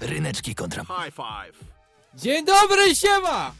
Ryneczki kontra... High five! Dzień dobry, siema!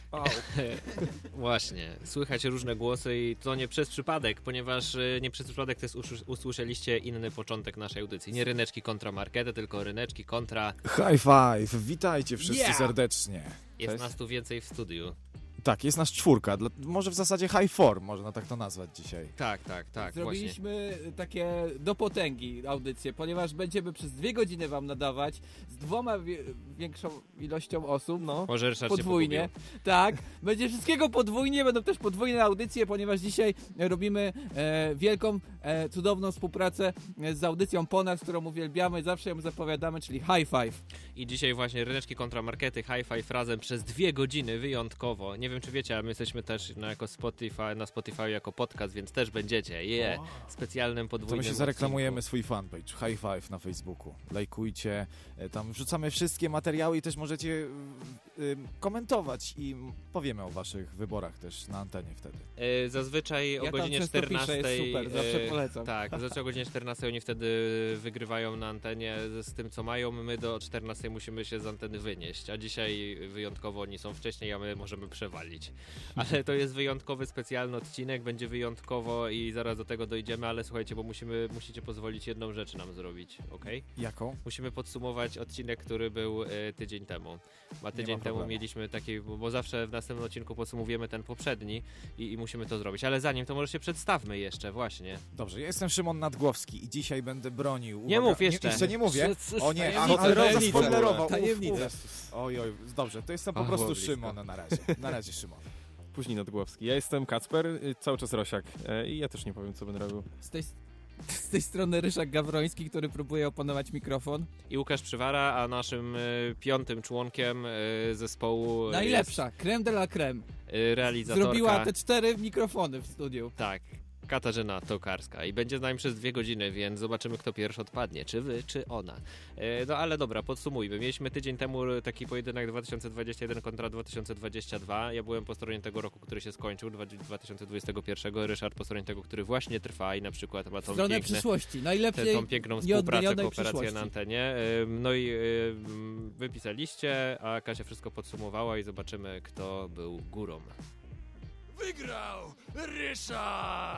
Właśnie, słychać różne głosy i to nie przez przypadek, ponieważ nie przez przypadek też usłyszeliście inny początek naszej audycji. Nie ryneczki kontra markety, tylko ryneczki kontra... High five! Witajcie wszyscy serdecznie. Jest nas tu więcej w studiu. Tak, jest nas 4. Może w zasadzie high four, można tak to nazwać dzisiaj. Tak, Zrobiliśmy takie do potęgi audycje, ponieważ będziemy przez 2 godziny wam nadawać z 2 większą ilością osób, Może Ryszard podwójnie. się pogubił. Tak, będzie wszystkiego podwójnie, będą też podwójne audycje, ponieważ dzisiaj robimy wielką, cudowną współpracę z audycją Ponad, którą uwielbiamy, zawsze ją zapowiadamy, czyli High Five. I dzisiaj właśnie ryneczki kontra markety, high five razem przez 2 godziny wyjątkowo. Nie wiem, czy wiecie, ale my jesteśmy też na Spotify jako podcast, więc też będziecie. Specjalnym To podwójnym my się zareklamujemy odcinku. swój fanpage, High Five na Facebooku. Lajkujcie, tam wrzucamy wszystkie materiały i też możecie komentować i powiemy o waszych wyborach też na antenie wtedy. Zazwyczaj o Ja tam godzinie często 14. piszę, jest super, zawsze polecam. Tak, zazwyczaj o godzinie 14 oni wtedy wygrywają na antenie z tym, co mają. My do 14 musimy się z anteny wynieść, a dzisiaj wyjątkowo oni są wcześniej, a my możemy przewalić. Ale to jest wyjątkowy, specjalny odcinek, będzie wyjątkowo i zaraz do tego dojdziemy, ale słuchajcie, bo musicie pozwolić jedną rzecz nam zrobić, okej? Jaką? Musimy podsumować odcinek, który był tydzień temu. A tydzień temu problemu. mieliśmy taki, bo zawsze w następnym odcinku podsumowujemy ten poprzedni i musimy to zrobić. Ale zanim to może się przedstawmy jeszcze, właśnie. Dobrze, ja jestem Szymon Nadgłowski i dzisiaj będę bronił... Nie mów jeszcze. Jeszcze nie mówię? O nie, Tajemnica, ale tajemnica. zaspoilerował. Tajemnica. Oj, dobrze, to jestem po Ach, prostu było blisko. Szymon na razie. Na razie Szymon. Później Nadgłowski. Ja jestem Kacper, cały czas Rosiak i ja też nie powiem, co będę robił. Z tej strony Ryszard Gawroński, który próbuje opanować mikrofon. I Łukasz Przywara, a naszym 5. członkiem zespołu Najlepsza, creme de la creme. jest realizatorka. Zrobiła te 4 mikrofony w studiu. Tak, Katarzyna Tokarska i będzie z nami przez 2 godziny, więc zobaczymy, kto pierwszy odpadnie, czy wy, czy ona. No ale dobra, podsumujmy. Mieliśmy tydzień temu taki pojedynek 2021 kontra 2022. Ja byłem po stronie tego roku, który się skończył, 2021. Ryszard po stronie tego, który właśnie trwa i na przykład ma tą Stronę przyszłości. Najlepiej tą piękną współpracę, nieodmienionej kooperację przyszłości. na antenie. No i wypisaliście, a Kasia wszystko podsumowała i zobaczymy, kto był górą. Wygrał Ryszard!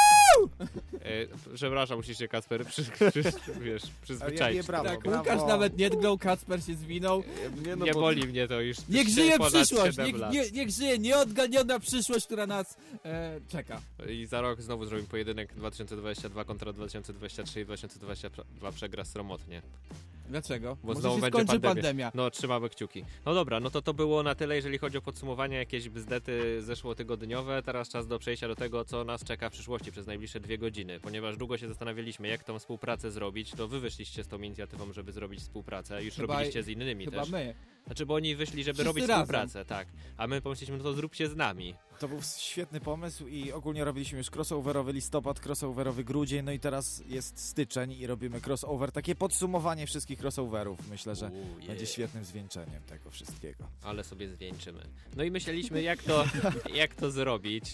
Przepraszam, musisz się, Kacper, wiesz, Ja przyzwyczaić. je brawo, Tak, brawo. Łukasz nawet nie dgnął, Kacper się zwinął. Nie boli mnie to już. Niech żyje ponad przyszłość, 7 lat. niech żyje nieodganiona przyszłość, która nas czeka. I za rok znowu zrobimy pojedynek 2022 kontra 2023 i 2022 przegra sromotnie. Dlaczego? Bo Może znowu się będzie skończy pandemia. No, trzymamy kciuki. No dobra, no to było na tyle, jeżeli chodzi o podsumowanie, jakieś bzdety zeszłotygodniowe. Teraz czas do przejścia do tego, co nas czeka w przyszłości przez najbliższe 2 godziny. Ponieważ długo się zastanawialiśmy, jak tą współpracę zrobić, to wy wyszliście z tą inicjatywą, żeby zrobić współpracę. Już robiliście z innymi Chyba też. my. Znaczy, bo oni wyszli, żeby Wszyscy robić razem. współpracę, tak. A my pomyśleliśmy, no to zróbcie z nami. To był świetny pomysł i ogólnie robiliśmy już crossoverowy listopad, crossoverowy grudzień, no i teraz jest styczeń i robimy crossover, takie podsumowanie wszystkich crossoverów. Myślę, że będzie świetnym zwieńczeniem tego wszystkiego. Ale sobie zwieńczymy. No i myśleliśmy, jak to zrobić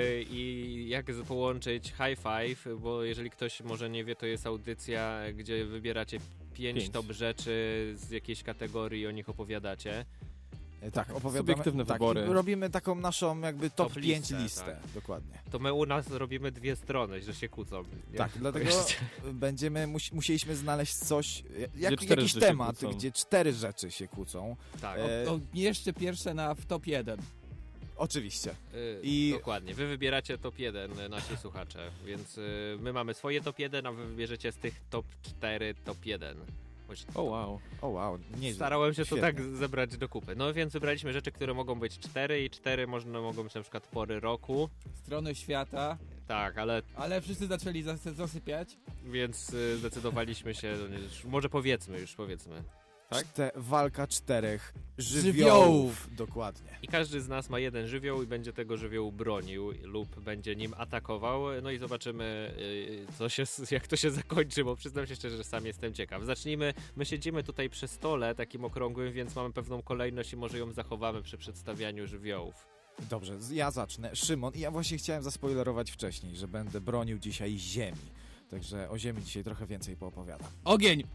i jak połączyć High Five, bo jeżeli ktoś może nie wie, to jest audycja, gdzie wybieracie 5 top rzeczy z jakiejś kategorii i o nich opowiadacie. Tak, opowiadamy. Subiektywne wybory. I robimy taką naszą jakby top 5 listę, listę. tak. Dokładnie. To my u nas robimy 2 strony, że się kłócą. Nie? Tak, dlatego musieliśmy znaleźć coś, Gdzie 4 jakiś rzeczy się temat, kłócą. gdzie 4 rzeczy się kłócą. Tak, To jeszcze pierwsze w top 1. Oczywiście. I- dokładnie. Wy wybieracie top 1, nasi słuchacze, więc my mamy swoje top 1, a wy wybierzecie z tych top 4 top 1. O wow. O wow, nieźle. Starałem się Świetnie. to tak zebrać do kupy. No więc wybraliśmy rzeczy, które mogą być 4 i 4 mogą być na przykład pory roku. Strony świata, Tak, ale wszyscy zaczęli zasypiać. więc zdecydowaliśmy się, może powiedzmy. Tak? Walka 4 żywiołów. Żywiołów. Dokładnie. I każdy z nas ma jeden żywioł i będzie tego żywiołu bronił lub będzie nim atakował. No i zobaczymy, jak to się zakończy, bo przyznam się szczerze, że sam jestem ciekaw. Zacznijmy. My siedzimy tutaj przy stole takim okrągłym, więc mamy pewną kolejność i może ją zachowamy przy przedstawianiu żywiołów. Dobrze, ja zacznę. Szymon, i ja właśnie chciałem zaspoilerować wcześniej, że będę bronił dzisiaj ziemi. Także o ziemi dzisiaj trochę więcej poopowiadam. Ogień!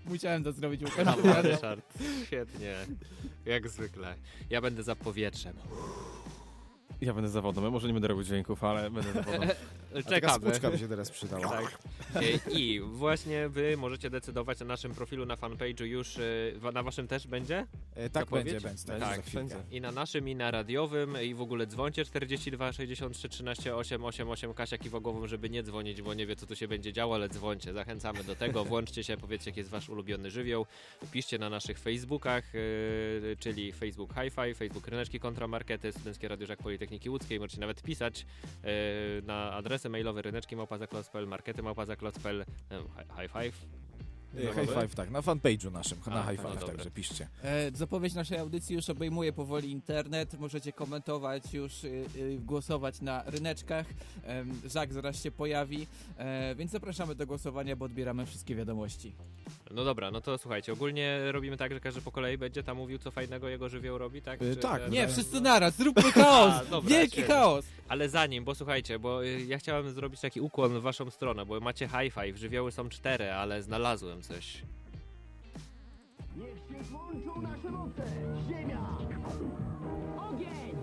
Musiałem to zrobić, Łukasz. Brawo, Ryszard. Świetnie. Jak zwykle. Ja będę za powietrzem. Ja będę zawodem. Ja może nie będę robił dźwięków, ale będę zawodem. Taka Czekamy. spłuczka by się teraz przydała. Tak. I właśnie wy możecie decydować na naszym profilu na fanpage'u już, na waszym też będzie? Tak Zapowiedź? będzie. Tak, Tak, za chwilkę. wszędzie. I na naszym, i na radiowym, i w ogóle dzwońcie 42 63 13 888 Kasia kiwa głową, żeby nie dzwonić, bo nie wie co tu się będzie działo, ale dzwońcie, zachęcamy do tego, włączcie się, powiedzcie jaki jest wasz ulubiony żywioł, piszcie na naszych Facebookach, czyli Facebook Hi-Fi, Facebook Ryneczki Kontramarkety, Studenckie Radio Żak Politechniki Łódzkiej, możecie nawet pisać na adresy mailowe ryneczki@zaklos.pl, markety@zaklos.pl, High Five. High Five, tak, na fanpage'u naszym, na no High Five, dobra. także piszcie. Zapowiedź naszej audycji już obejmuje powoli internet. Możecie komentować, już głosować na ryneczkach. Żak zaraz się pojawi, więc zapraszamy do głosowania, bo odbieramy wszystkie wiadomości. No dobra, no to słuchajcie, ogólnie robimy tak, że każdy po kolei będzie tam mówił, co fajnego jego żywioł robi, tak? Tak. Nie, wszyscy naraz, zróbmy chaos! A, dobra, Wielki świetnie. chaos! Ale zanim, bo słuchajcie, bo ja chciałem zrobić taki ukłon w waszą stronę, bo macie High Five, żywioły są 4, ale znalazłem coś. Niech się włączą nasze moce! Ziemia! Ogień!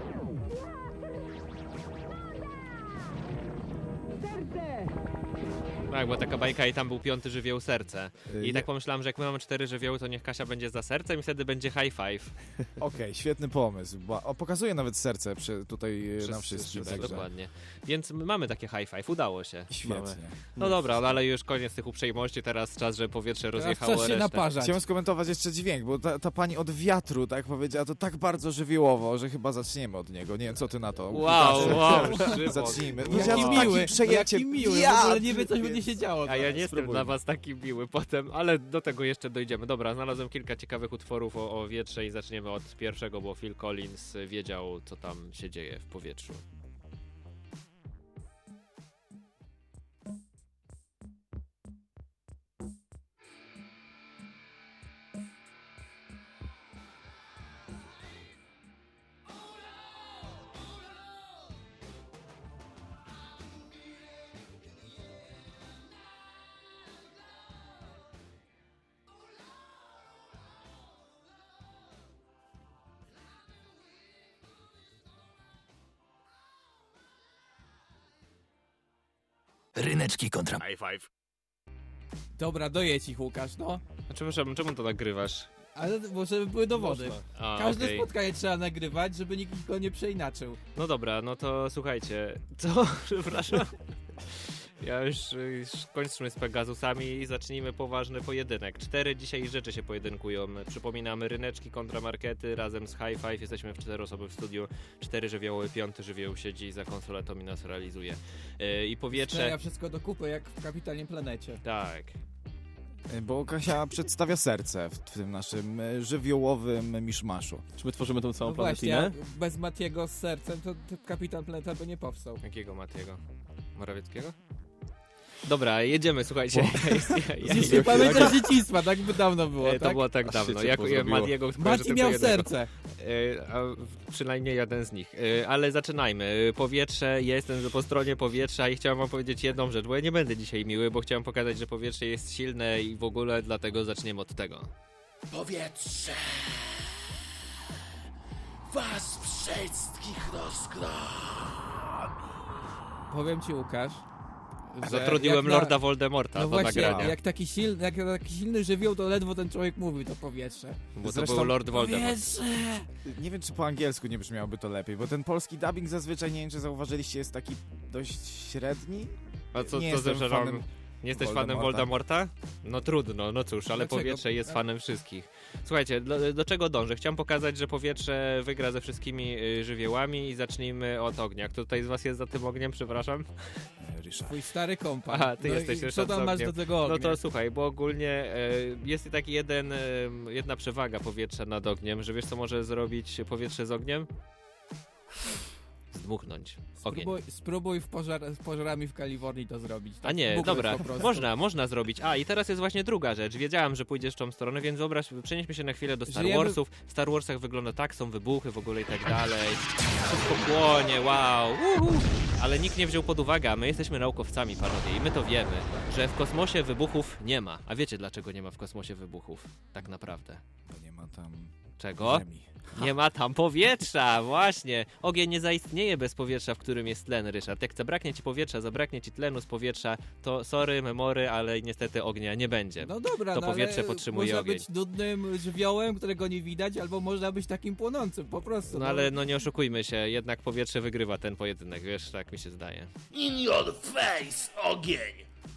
Serce! Tak, bo taka bajka i tam był 5. żywioł serce. I Ja- tak pomyślałem, że jak my mamy 4 żywioły, to niech Kasia będzie za sercem i wtedy będzie High Five. Okej, świetny pomysł. Pokazuje nawet serce tutaj nam wszystkim. Tak, Także. dokładnie. Więc mamy takie High Five, udało się. Świetnie. No dobra, no ale już koniec tych uprzejmości, teraz czas, żeby powietrze rozjechało Teraz czas się resztę. naparzać. Chciałem skomentować jeszcze dźwięk, bo ta pani od wiatru tak powiedziała to tak bardzo żywiołowo, że chyba zaczniemy od niego. Nie wiem, co ty na to? Wow, Łukaszu? Szymon. Zacznijmy. Jaki Powiedziała, miły, takim przejęciem. jaki miły, w wiatr, ogóle nie wie, co więc- będzie się działo. A ja nie jestem Spróbujmy. dla was taki miły potem, ale do tego jeszcze dojdziemy. Dobra, znalazłem kilka ciekawych utworów o wietrze i zaczniemy od pierwszego, bo Phil Collins wiedział, co tam się dzieje w powietrzu. Ryneczki kontra... High five. Dobra, dojedź ich, Łukasz, no. A przepraszam, czemu to nagrywasz? Ale żeby były dowody. A, Każde okej. spotkanie trzeba nagrywać, żeby nikt go nie przeinaczył. No dobra, no to słuchajcie. Co? Przepraszam. Ja już kończmy z Pegasusami i zacznijmy poważny pojedynek. 4 dzisiaj rzeczy się pojedynkują. Przypominamy ryneczki kontra markety razem z High Five. Jesteśmy w 4 osoby w studiu. 4 żywioły, 5 żywioł siedzi za konsoletą i nas realizuje. I powietrze... Ja wszystko do kupy, jak w Kapitalnie Planecie. Tak. Bo Kasia przedstawia serce w tym naszym żywiołowym miszmaszu. Czy my tworzymy tą całą No właśnie, planetinę? a bez Matiego z sercem to Kapitan Planeta by nie powstał. Jakiego Matiego? Morawieckiego? Dobra, jedziemy, słuchajcie. Gdzieś nie pamiętasz dzieciństwa, tak by dawno było, To tak? było tak Aż dawno. się Jak ciepło zrobiło. Matiego Mati miał serce. A przynajmniej jeden z nich. Ale zaczynajmy. Powietrze, ja jestem po stronie powietrza i chciałem wam powiedzieć jedną rzecz, bo ja nie będę dzisiaj miły, bo chciałem pokazać, że powietrze jest silne i w ogóle dlatego zaczniemy od tego. Powietrze was wszystkich rozgromi. Powiem ci, Łukasz, że Zatrudniłem jak na- Lorda Voldemorta No do właśnie, nagrania, jak taki silny żywioł, to ledwo ten człowiek mówił, to powietrze. bo to Zresztą- był Lord Voldemort. Powietrze! Nie wiem, czy po angielsku nie brzmiałoby to lepiej, bo ten polski dubbing zazwyczaj, nie wiem, czy zauważyliście, jest taki dość średni. A co, Nie co jestem że fanem nie jesteś fanem Voldemorta? No trudno, no cóż, ale Dlaczego? powietrze jest fanem wszystkich. Słuchajcie, do czego dążę? Chciałem pokazać, że powietrze wygra ze wszystkimi żywiołami i zacznijmy od ognia. Kto tutaj z was jest za tym ogniem, przepraszam? Ryszard. Twój stary kompan. Aha, ty no jesteś i co Ryszard tam z masz ogniem. do tego ognia? No to słuchaj, bo ogólnie jest taki jedna przewaga powietrza nad ogniem, że wiesz co może zrobić powietrze z ogniem? dmuchnąć ogień. Spróbuj z pożarami w Kalifornii to zrobić. Tak? A nie, Buchnąć dobra, po prostu. można zrobić. A, i teraz jest właśnie druga rzecz. Wiedziałem, że pójdziesz w tą stronę, więc przenieśmy się na chwilę do Star Żyjemy- Warsów. W Star Warsach wygląda tak, są wybuchy w ogóle i tak dalej. Wszystko płonie, wow. Ale nikt nie wziął pod uwagę, a my jesteśmy naukowcami, panowie, i my to wiemy, że w kosmosie wybuchów nie ma. A wiecie, dlaczego nie ma w kosmosie wybuchów? Tak naprawdę. Bo nie ma tam Czego? ziemi. Nie ma tam powietrza, właśnie. Ogień nie zaistnieje bez powietrza, w którym jest tlen, Ryszard. Jak zabraknie ci powietrza, zabraknie ci tlenu z powietrza, to sorry, memory, ale niestety ognia nie będzie. No dobra, To no powietrze ale podtrzymuje można ogień. być nudnym żywiołem, którego nie widać, albo można być takim płonącym, po prostu. No ale no nie oszukujmy się, jednak powietrze wygrywa ten pojedynek, wiesz, tak mi się zdaje. In your face, ogień!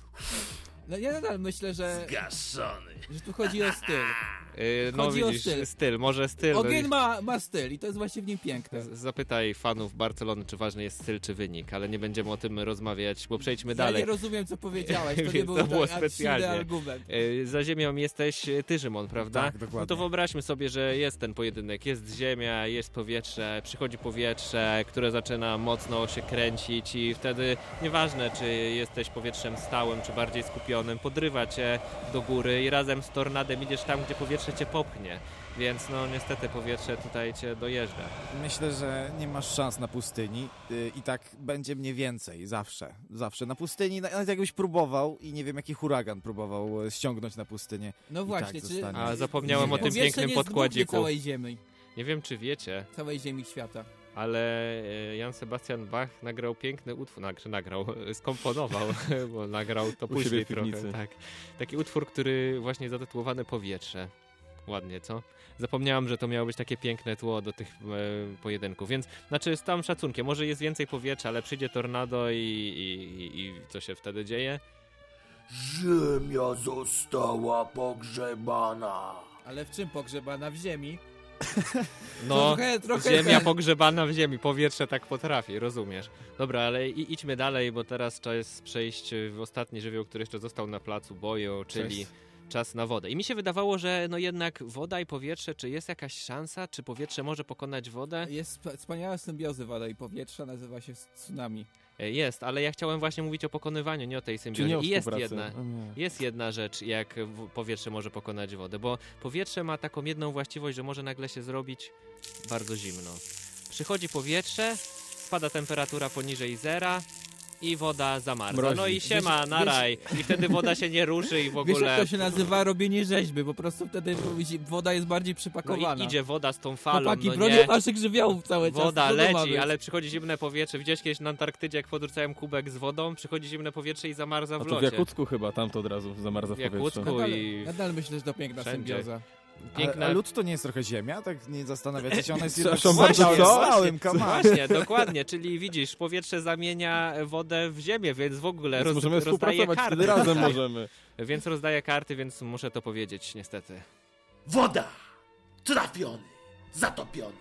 No ja nadal myślę, że Gaszony. tu chodzi o styl. No Chodzi o widzisz, styl. może styl. Ogień ma styl i to jest właśnie w nim piękne. Zapytaj fanów Barcelony, czy ważny jest styl, czy wynik, ale nie będziemy o tym rozmawiać, bo przejdźmy Ja dalej. nie rozumiem, co powiedziałeś, to nie Więc był to było tak specjalnie. silny argument. Za ziemią jesteś ty, Szymon, prawda? Tak, dokładnie. No to wyobraźmy sobie, że jest ten pojedynek, jest ziemia, jest powietrze, przychodzi powietrze, które zaczyna mocno się kręcić i wtedy nieważne, czy jesteś powietrzem stałym, czy bardziej skupionym, podrywa cię do góry i razem z tornadem idziesz tam, gdzie powietrze cię popchnie. Więc no niestety powietrze tutaj cię dojeżdża. Myślę, że nie masz szans na pustyni i tak będzie mniej więcej, zawsze. Zawsze. Na pustyni, nawet jakbyś próbował i nie wiem jaki huragan próbował ściągnąć na pustynię. No I właśnie, tak czy zostanie. A zapomniałem o tym powietrze pięknym nie zgubnie podkładziku. całej ziemi, Nie wiem, czy wiecie, całej ziemi świata. ale Jan Sebastian Bach nagrał piękny utwór, skomponował, bo nagrał to U siebie później w piwnicy. trochę. Tak. Taki utwór, który właśnie zatytułowany Powietrze. Ładnie, co? Zapomniałem, że to miało być takie piękne tło do tych pojedynków, więc znaczy z całym szacunkiem, może jest więcej powietrza, ale przyjdzie tornado i co się wtedy dzieje? Ziemia została pogrzebana. Ale w czym pogrzebana? W ziemi? No, Trochę ziemia pogrzebana w ziemi, powietrze tak potrafi, rozumiesz. Dobra, ale idźmy dalej, bo teraz czas przejść w ostatni żywioł, który jeszcze został na placu boju, czyli czas na wodę. I mi się wydawało, że no jednak woda i powietrze, czy jest jakaś szansa, czy powietrze może pokonać wodę? Jest wspaniała symbioza woda i powietrza, nazywa się tsunami. Jest, ale ja chciałem właśnie mówić o pokonywaniu, nie o tej Czy symbiozie. nie o I jest współpracy? jedna, O nie. jest jedna rzecz, jak powietrze może pokonać wodę, bo powietrze ma taką jedną właściwość, że może nagle się zrobić bardzo zimno. Przychodzi powietrze, spada temperatura poniżej zera i woda zamarza. Mrozi. No i siema, na raj. I wtedy woda się nie ruszy i w Wiesz, ogóle... jak to się nazywa? Robienie rzeźby, po prostu wtedy woda jest bardziej No przypakowana. i idzie woda z tą falą, Chłopaki, no bronię nie. waszych żywiołów cały czas. Woda co to ma leci, być? ale przychodzi zimne powietrze. Widziałeś kiedyś na Antarktydzie, jak podrzucają kubek z wodą, przychodzi zimne powietrze i zamarza A w to w locie. Jakucku chyba, tam to od razu zamarza w W Jakucku powietrzu. i... Nadal myślę, że to piękna Wszędzie. symbioza. Piękna... A lód to nie jest trochę ziemia? Tak nie zastanawiacie się? Ona jest Przepraszam jednak bardzo, stałym, co? stałym, come on. Właśnie, dokładnie, czyli widzisz, powietrze zamienia wodę w ziemię, więc w ogóle Więc możemy rozdaje współpracować, karty. wtedy razem możemy. Więc rozdaje karty, więc muszę to powiedzieć, niestety. Woda! Trafiony! Zatopiony!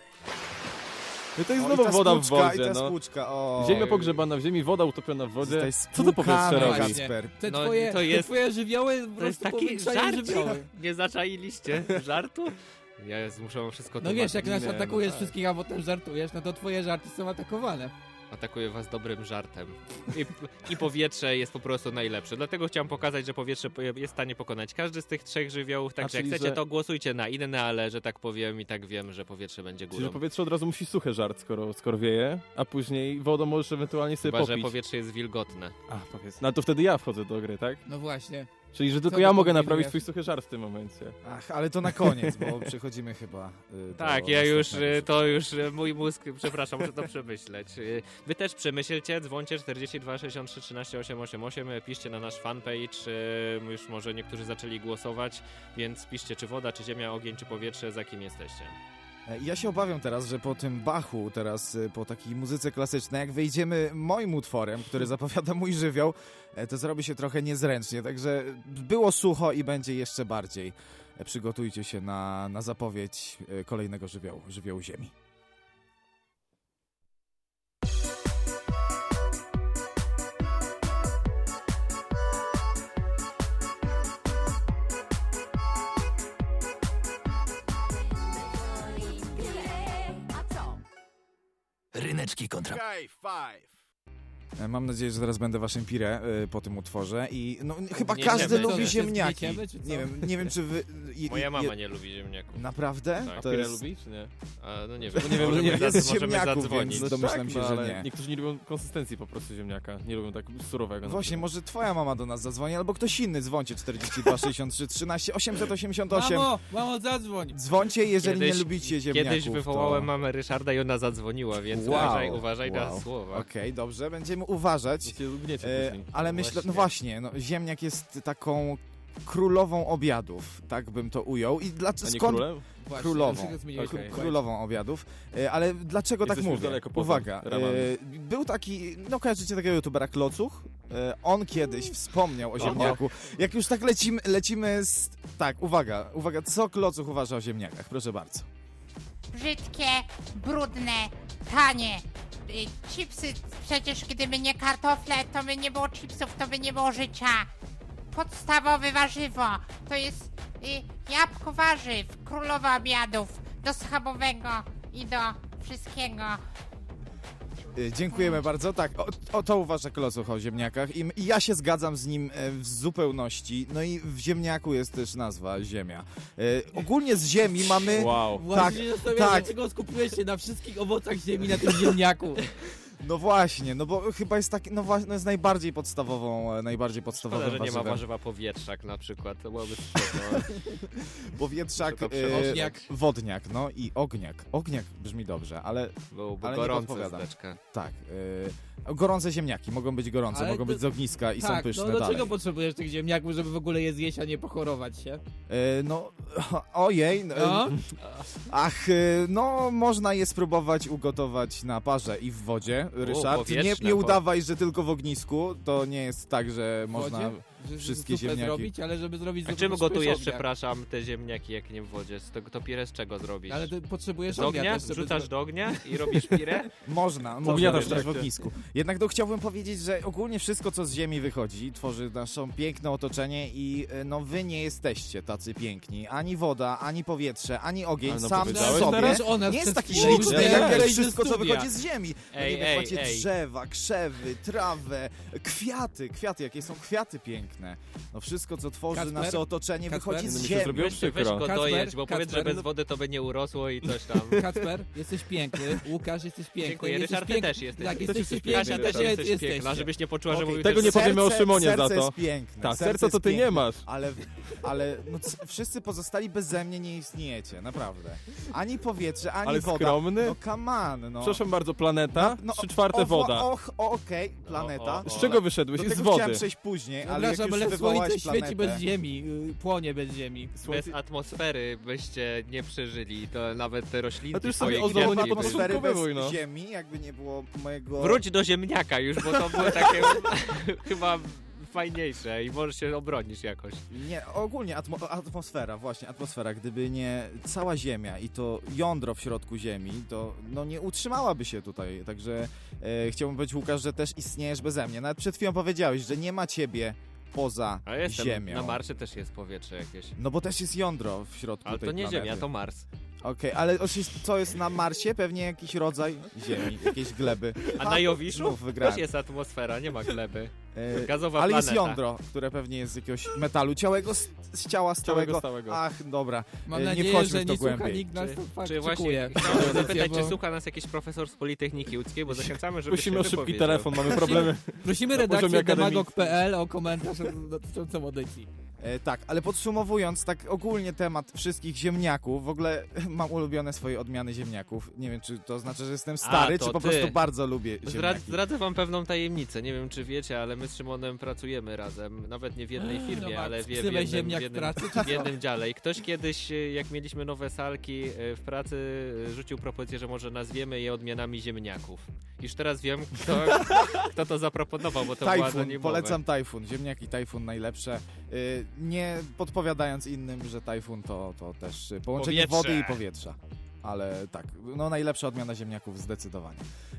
No to jest O, znowu i ta woda w spłuczka, wodzie, i ta no. spłuczka, o. Ziemia pogrzebana w ziemi, woda utopiona w wodzie. Zostaje Co to powietrze spłukane, robi? Właśnie. Kacper. Te No, twoje, to jest- te twoje żywioły po To jest prostu taki powiększają żart. żywioły. Nie zaczęliście żartu? Ja muszę wszystko No tłumaczyć. wiesz, jak nas Nie, no atakujesz tak. wszystkich, a potem żartujesz, no to twoje żarty są atakowane. Atakuję was dobrym żartem. I powietrze jest po prostu najlepsze. Dlatego chciałem pokazać, że powietrze jest w stanie pokonać każdy z tych trzech żywiołów. Także jak czyli, chcecie, że- to głosujcie na inne, ale że tak powiem i tak wiem, że powietrze będzie Czyli, górą. że powietrze od razu musi suche żart, skoro wieje, a później wodą możesz ewentualnie sobie Chyba, że popić. powietrze jest wilgotne. A, powiedz. No to wtedy ja wchodzę do gry, tak? No właśnie. Czyli, że tylko ty ja mogę kombinujesz? naprawić twój suchy żart w tym momencie. Ach, ale to na koniec, bo przechodzimy chyba do Tak, ja już, następnego. to już mój mózg, przepraszam, muszę to przemyśleć. Wy też przemyślcie, dzwońcie 42 63 13 888, piszcie na nasz fanpage, już może niektórzy zaczęli głosować, więc piszcie czy woda, czy ziemia, ogień, czy powietrze, za kim jesteście. Ja się obawiam teraz, że po tym Bachu, teraz po takiej muzyce klasycznej, jak wyjdziemy moim utworem, który zapowiada mój żywioł, to zrobi się trochę niezręcznie, także było sucho i będzie jeszcze bardziej. Przygotujcie się na zapowiedź kolejnego żywiołu ziemi. Ryneczki kontra... Mam nadzieję, że zaraz będę waszym pire po tym utworze i no, chyba Gnieciemy. każdy Co, lubi że ziemniaki. zgnieciemy, czy co? Nie wiem, czy wy... Moja mama nie lubi ziemniaków. Naprawdę? Tak. To Pire jest... lubi, czy nie? A, no nie wiem, nie wiem, możemy, nie jest możemy ziemniaków, zadzwonić. więc domyślam się, że ale nie. niektórzy nie lubią konsystencji po prostu ziemniaka. Nie lubią tak surowego. na Właśnie, przykład. może twoja mama do nas zadzwoni, albo ktoś inny. Dzwońcie 42 63 13 888. Mamo, zadzwoń! Dzwońcie, jeżeli Kiedyś- nie lubicie ziemniaków. Kiedyś wywołałem mamę Ryszarda i ona zadzwoniła, więc uważaj na słowa. Okej, dobrze, będziemy uważać. Się ugniecie później. Ale myślę, no właśnie, no, ziemniak jest taką królową obiadów, tak bym to ujął. I A nie skąd królem? Właśnie, królową, dlaczego zmieniłeś Okej. ten królową obiadów, ale dlaczego tak Jesteśmy już mówię? daleko poza Uwaga, ramami. był taki, no kojarzycie takiego youtubera Klocuch? On kiedyś wspomniał o ziemniaku. Jak już tak lecimy z... Tak, uwaga, co Klocuch uważa o ziemniakach? Proszę bardzo. Brzydkie, brudne, tanie. Chipsy, przecież gdyby nie kartofle, to by nie było chipsów, to by nie było życia. Podstawowe warzywo, to jest jabłko warzyw, królowa obiadów, do schabowego i do wszystkiego. Dziękujemy bardzo. Tak, to uważa Klocuch o ziemniakach i ja się zgadzam z nim w zupełności. No i w ziemniaku jest też nazwa ziemia. Ogólnie z ziemi mamy... Wow. Właśnie się zastanawiam, tak. dlaczego skupiłeś się na wszystkich owocach ziemi, na tym ziemniaku. No właśnie, no bo chyba jest taki, no właśnie, no jest najbardziej podstawowym Szkoda, że nie ma warzywem. warzywa powietrzak na przykład, to byłoby spoko. Powietrzak, To przełożyć. Ogniak. wodniak, no i ogniak. Ogniak brzmi dobrze, ale Byłoby Ale nie gorące podpowiadam. zdeczka. tak. Gorące ziemniaki mogą być gorące, Ale mogą to- być z ogniska i są Tak, pyszne no dlaczego dalej. potrzebujesz tych ziemniaków, żeby w ogóle je zjeść, a nie pochorować się? No, ojej, No? no można je spróbować ugotować na parze i w wodzie, Ryszard. powietrzne, Nie udawaj, że tylko w ognisku, to nie jest tak, że W można... wodzie? Że wszystkie zupę ziemniaki. zrobić, ale żeby zrobić A zupę, czym to szukujesz gotujesz, ognia. przepraszam, te ziemniaki, jak nie w wodzie? To pirę z czego zrobisz? Ale ty potrzebujesz Z ognia? też, żeby Wrzucasz do ognia i robisz pirę? Można Ogniatasz robić w też w trakcie. ognisku. Jednak to chciałbym powiedzieć, że ogólnie wszystko, co z ziemi wychodzi, tworzy nasze piękne otoczenie i no wy nie jesteście tacy piękni. Ani woda, ani powietrze, ani ogień Ale no sam w powiedziałeś sobie teraz o nas nie jest przed taki chwilą. śliczny, Nie, jak wejdź do wszystko, co studia. wychodzi z ziemi. Ej, Nie ej, macie ej. drzewa, krzewy, trawę, kwiaty, jakie są kwiaty piękne. No wszystko, co tworzy Kacper? nasze otoczenie, Kacper? wychodzi No z mi się ziemi. zrobiło Weź przykro. go Kacper, dojedź, bo powiedz, że Kacper, bez wody to by nie urosło i coś tam. Kacper, jesteś piękny. Łukasz, jesteś piękny. Dziękuję, Jesteś Ryszard, ty piękny. też jesteś. Tak, Ty jesteś jesteś piękny. Kasia piękny, też jesteś jesteście. piękna, żebyś nie poczuła, że Okej, mówisz... Tego nie powiemy o Szymonie za serce to. jest piękne. Tak, serce to jest ty nie piękne, masz. Ale no, wszyscy pozostali beze mnie nie istniejecie, naprawdę. Ani powietrze, ani Ale woda. skromny? No come on, no. Przepraszam bardzo, planeta, No, 3/4 woda. Okej, planeta. O, Z czego wyszedłeś? Do Z tego wody. chciałem przejść później, ale jak Przepraszam, już ale wywołałeś słońce planetę... świeci bez ziemi, płonie bez ziemi. Bez atmosfery byście nie przeżyli, to nawet te roślinki A ty już swoje sobie Nie ozonu ma nie kwiatki były. atmosfery bez podporządkowuj, no. ziemi, jakby nie było mojego... Wróć do ziemniaka już, bo to było takie chyba fajniejsze i możesz się obronić jakoś. Nie, ogólnie atmosfera, właśnie atmosfera. Gdyby nie cała Ziemia i to jądro w środku Ziemi, to no nie utrzymałaby się tutaj. Także chciałbym powiedzieć, Łukasz, że też istniejesz beze mnie. Nawet przed chwilą powiedziałeś, że nie ma ciebie poza A jestem, Ziemią. na Marsie też jest powietrze jakieś. No bo też jest jądro w środku Ale tej to nie planety. Ziemia, to Mars. Okej, ale co jest na Marsie? Pewnie jakiś rodzaj Ziemi, jakieś gleby. A na Jowiszu znów wygrałem. też jest atmosfera, nie ma gleby. E, Gazowa ale jest planeta. jądro, które pewnie jest z jakiegoś metalu, z ciała stałego. stałego. Ach, dobra. Mam nie nadzieję, wchodźmy że w to nie słucha głębiej. nikt nas, to fakt Czy właśnie szykuje. chciałem zapytać, Bo czy słucha nas jakiś profesor z Politechniki Łódzkiej, bo zachęcamy, żeby Prosimy się o szybki wypowiedział. telefon, mamy problemy. Prosimy Na poziomie redakcję akademickim. demagog.pl o komentarz dotyczącym audycji. Tak, ale podsumowując, tak ogólnie temat wszystkich ziemniaków, w ogóle mam ulubione swoje odmiany ziemniaków. Nie wiem, czy to znaczy, że jestem stary, to czy po ty. prostu bardzo lubię ziemniaki. Zdradzę wam pewną tajemnicę. Nie wiem, czy wiecie, ale my z Szymonem pracujemy razem. Nawet nie w jednej firmie, Zobacz, ale w ksywę jednym, ziemniak w w jednym, pracy, w jednym dziale. I ktoś kiedyś, jak mieliśmy nowe salki w pracy, rzucił propozycję, że może nazwiemy je odmianami ziemniaków. Już teraz wiem, kto to zaproponował, bo to była Tajfun, anonimowe. polecam Tajfun. Ziemniaki Tajfun najlepsze. Nie podpowiadając innym, że Tajfun to też połączenie Powietrze. wody i powietrza. Ale tak, no najlepsza odmiana ziemniaków zdecydowanie.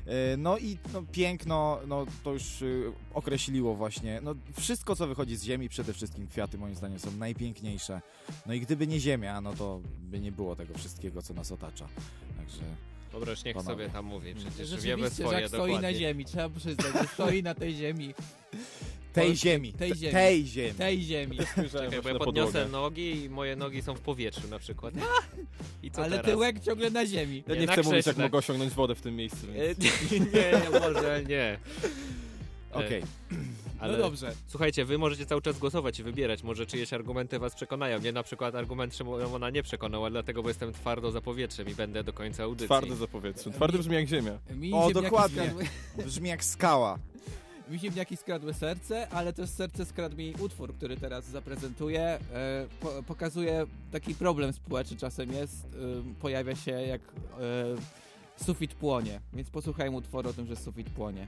No i no, piękno, no to już określiło właśnie, no wszystko co wychodzi z ziemi, przede wszystkim kwiaty moim zdaniem są najpiękniejsze. No i gdyby nie ziemia, no to by nie było tego wszystkiego co nas otacza. Także Dobra, już niech Panowie. sobie tam mówi, przecież wiemy Rzeczywiście, że swoje jak stoi dokładnie. na ziemi, trzeba przyznać, że stoi na tej ziemi. Tej ziemi. Tej ziemi. Tej ziemi. Tej ziemi. Spojrzałem Czekaj, bo właśnie ja na podniosę podłogę. nogi i moje nogi są w powietrzu na przykład. I co Ale teraz? tyłek ciągle na ziemi. Ja Nie, nie na chcę mówić, jak krześle. mogę osiągnąć wodę w tym miejscu. Więc... Nie, może nie. Okej. Ale No dobrze. słuchajcie, wy możecie cały czas głosować i wybierać. Może czyjeś argumenty was przekonają. Mnie na przykład argument Szymona nie przekonał, ale dlatego, bo jestem twardo za powietrzem i będę do końca audycji. Twardy za powietrzem. Twardy brzmi jak ziemia. Mi O, ziemniaki dokładnie. skradły- Brzmi jak skała. Mi ziemniaki skradły serce, ale też serce skradł mi utwór, który teraz zaprezentuję. Pokazuje taki problem społeczny czasem jest. Pojawia się jak sufit płonie. Więc posłuchajmy utworu o tym, że sufit płonie.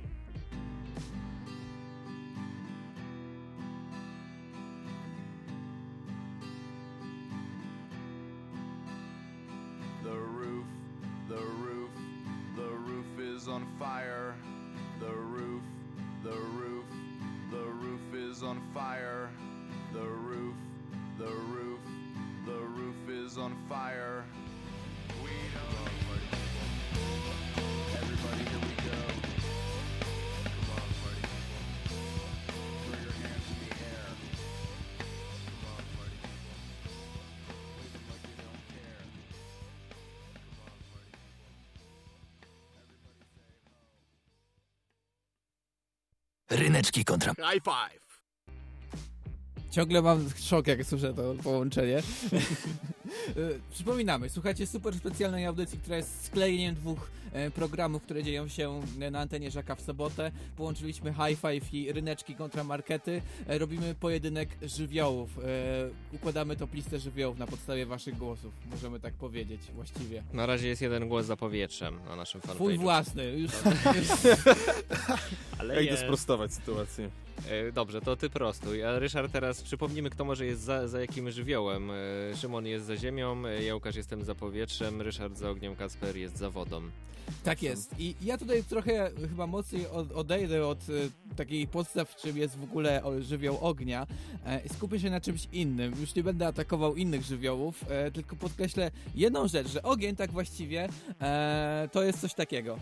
The roof is on fire. The roof is on fire. The roof is on fire. We know. Everybody, here we go. Come on, party people. Throw your hands in the air. Come on, party people. Wave them like you don't care. Come on, party people. Everybody say ho. Ryneczki kontra... High five! Ciągle mam szok, jak słyszę to połączenie. Przypominamy, słuchajcie super specjalnej audycji, która jest sklejeniem dwóch programów, które dzieją się na antenie Żaka w sobotę. Połączyliśmy High Five i Ryneczki kontra Markety. Robimy pojedynek żywiołów. Układamy top listę żywiołów na podstawie waszych głosów. Możemy tak powiedzieć właściwie. Na razie jest jeden głos za powietrzem na naszym fanpage'u. Twój własny. Już Ale Jak idę jest. sprostować sytuację. Dobrze, to ty prostuj. A Ryszard, teraz przypomnimy, kto może jest za jakim żywiołem. Szymon jest za ziemią, ja Łukasz jestem za powietrzem, Ryszard za ogniem, Kacper jest za wodą. tak jest. I ja tutaj trochę chyba mocniej odejdę od takiej podstaw, czym jest w ogóle żywioł ognia. Skupię się na czymś innym. Już nie będę atakował innych żywiołów, tylko podkreślę jedną rzecz, że ogień tak właściwie to jest coś takiego.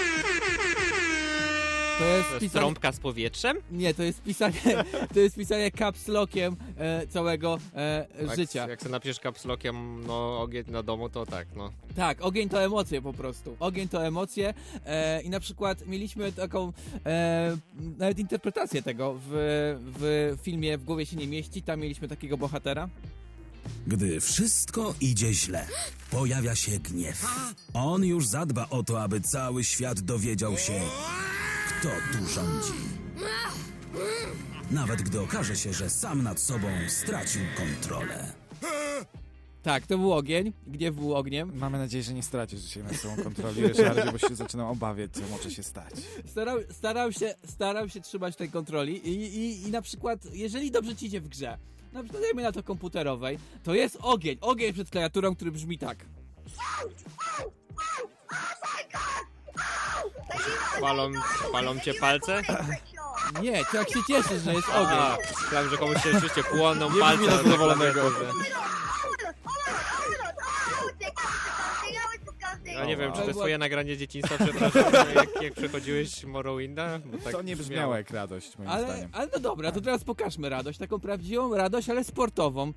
To jest To jest pisanie... trąbka z powietrzem? Nie, to jest pisanie caps lockiem całego życia. Jak sobie napiszesz capslockiem, no ogień na domu, to tak, no. Tak, ogień to emocje po prostu. Ogień to emocje i na przykład mieliśmy taką nawet interpretację tego w filmie W głowie się nie mieści. Tam mieliśmy takiego bohatera. Gdy wszystko idzie źle, pojawia się gniew. On już zadba o to, aby cały świat dowiedział się, kto tu rządzi. Nawet gdy okaże się, że sam nad sobą stracił kontrolę. Tak, to był ogień. Gniew był ogniem. Mamy nadzieję, że nie stracisz dzisiaj nad sobą kontroli, Ryszardzie, bo się zaczynam obawiać, co może się stać. Starał się trzymać tej kontroli i na przykład, jeżeli dobrze ci idzie w grze, na przykład dajmy na to komputerowej, to jest ogień. Ogień przed klawiaturą, który brzmi tak. Palą cię palce? Nie, to jak się cieszysz, że jest ogień. A, myślałem, że komuś się rzeczywiście płoną Nie palce. brzmi na zadowolonego. Ja nie wiem, czy to To jest była- twoje nagranie dzieciństwa, przepraszam, jak przechodziłeś Morrowinda? Bo tak To nie brzmiało jak radość, moim Ale zdaniem. no dobra, to teraz pokażmy radość, taką prawdziwą radość, ale sportową.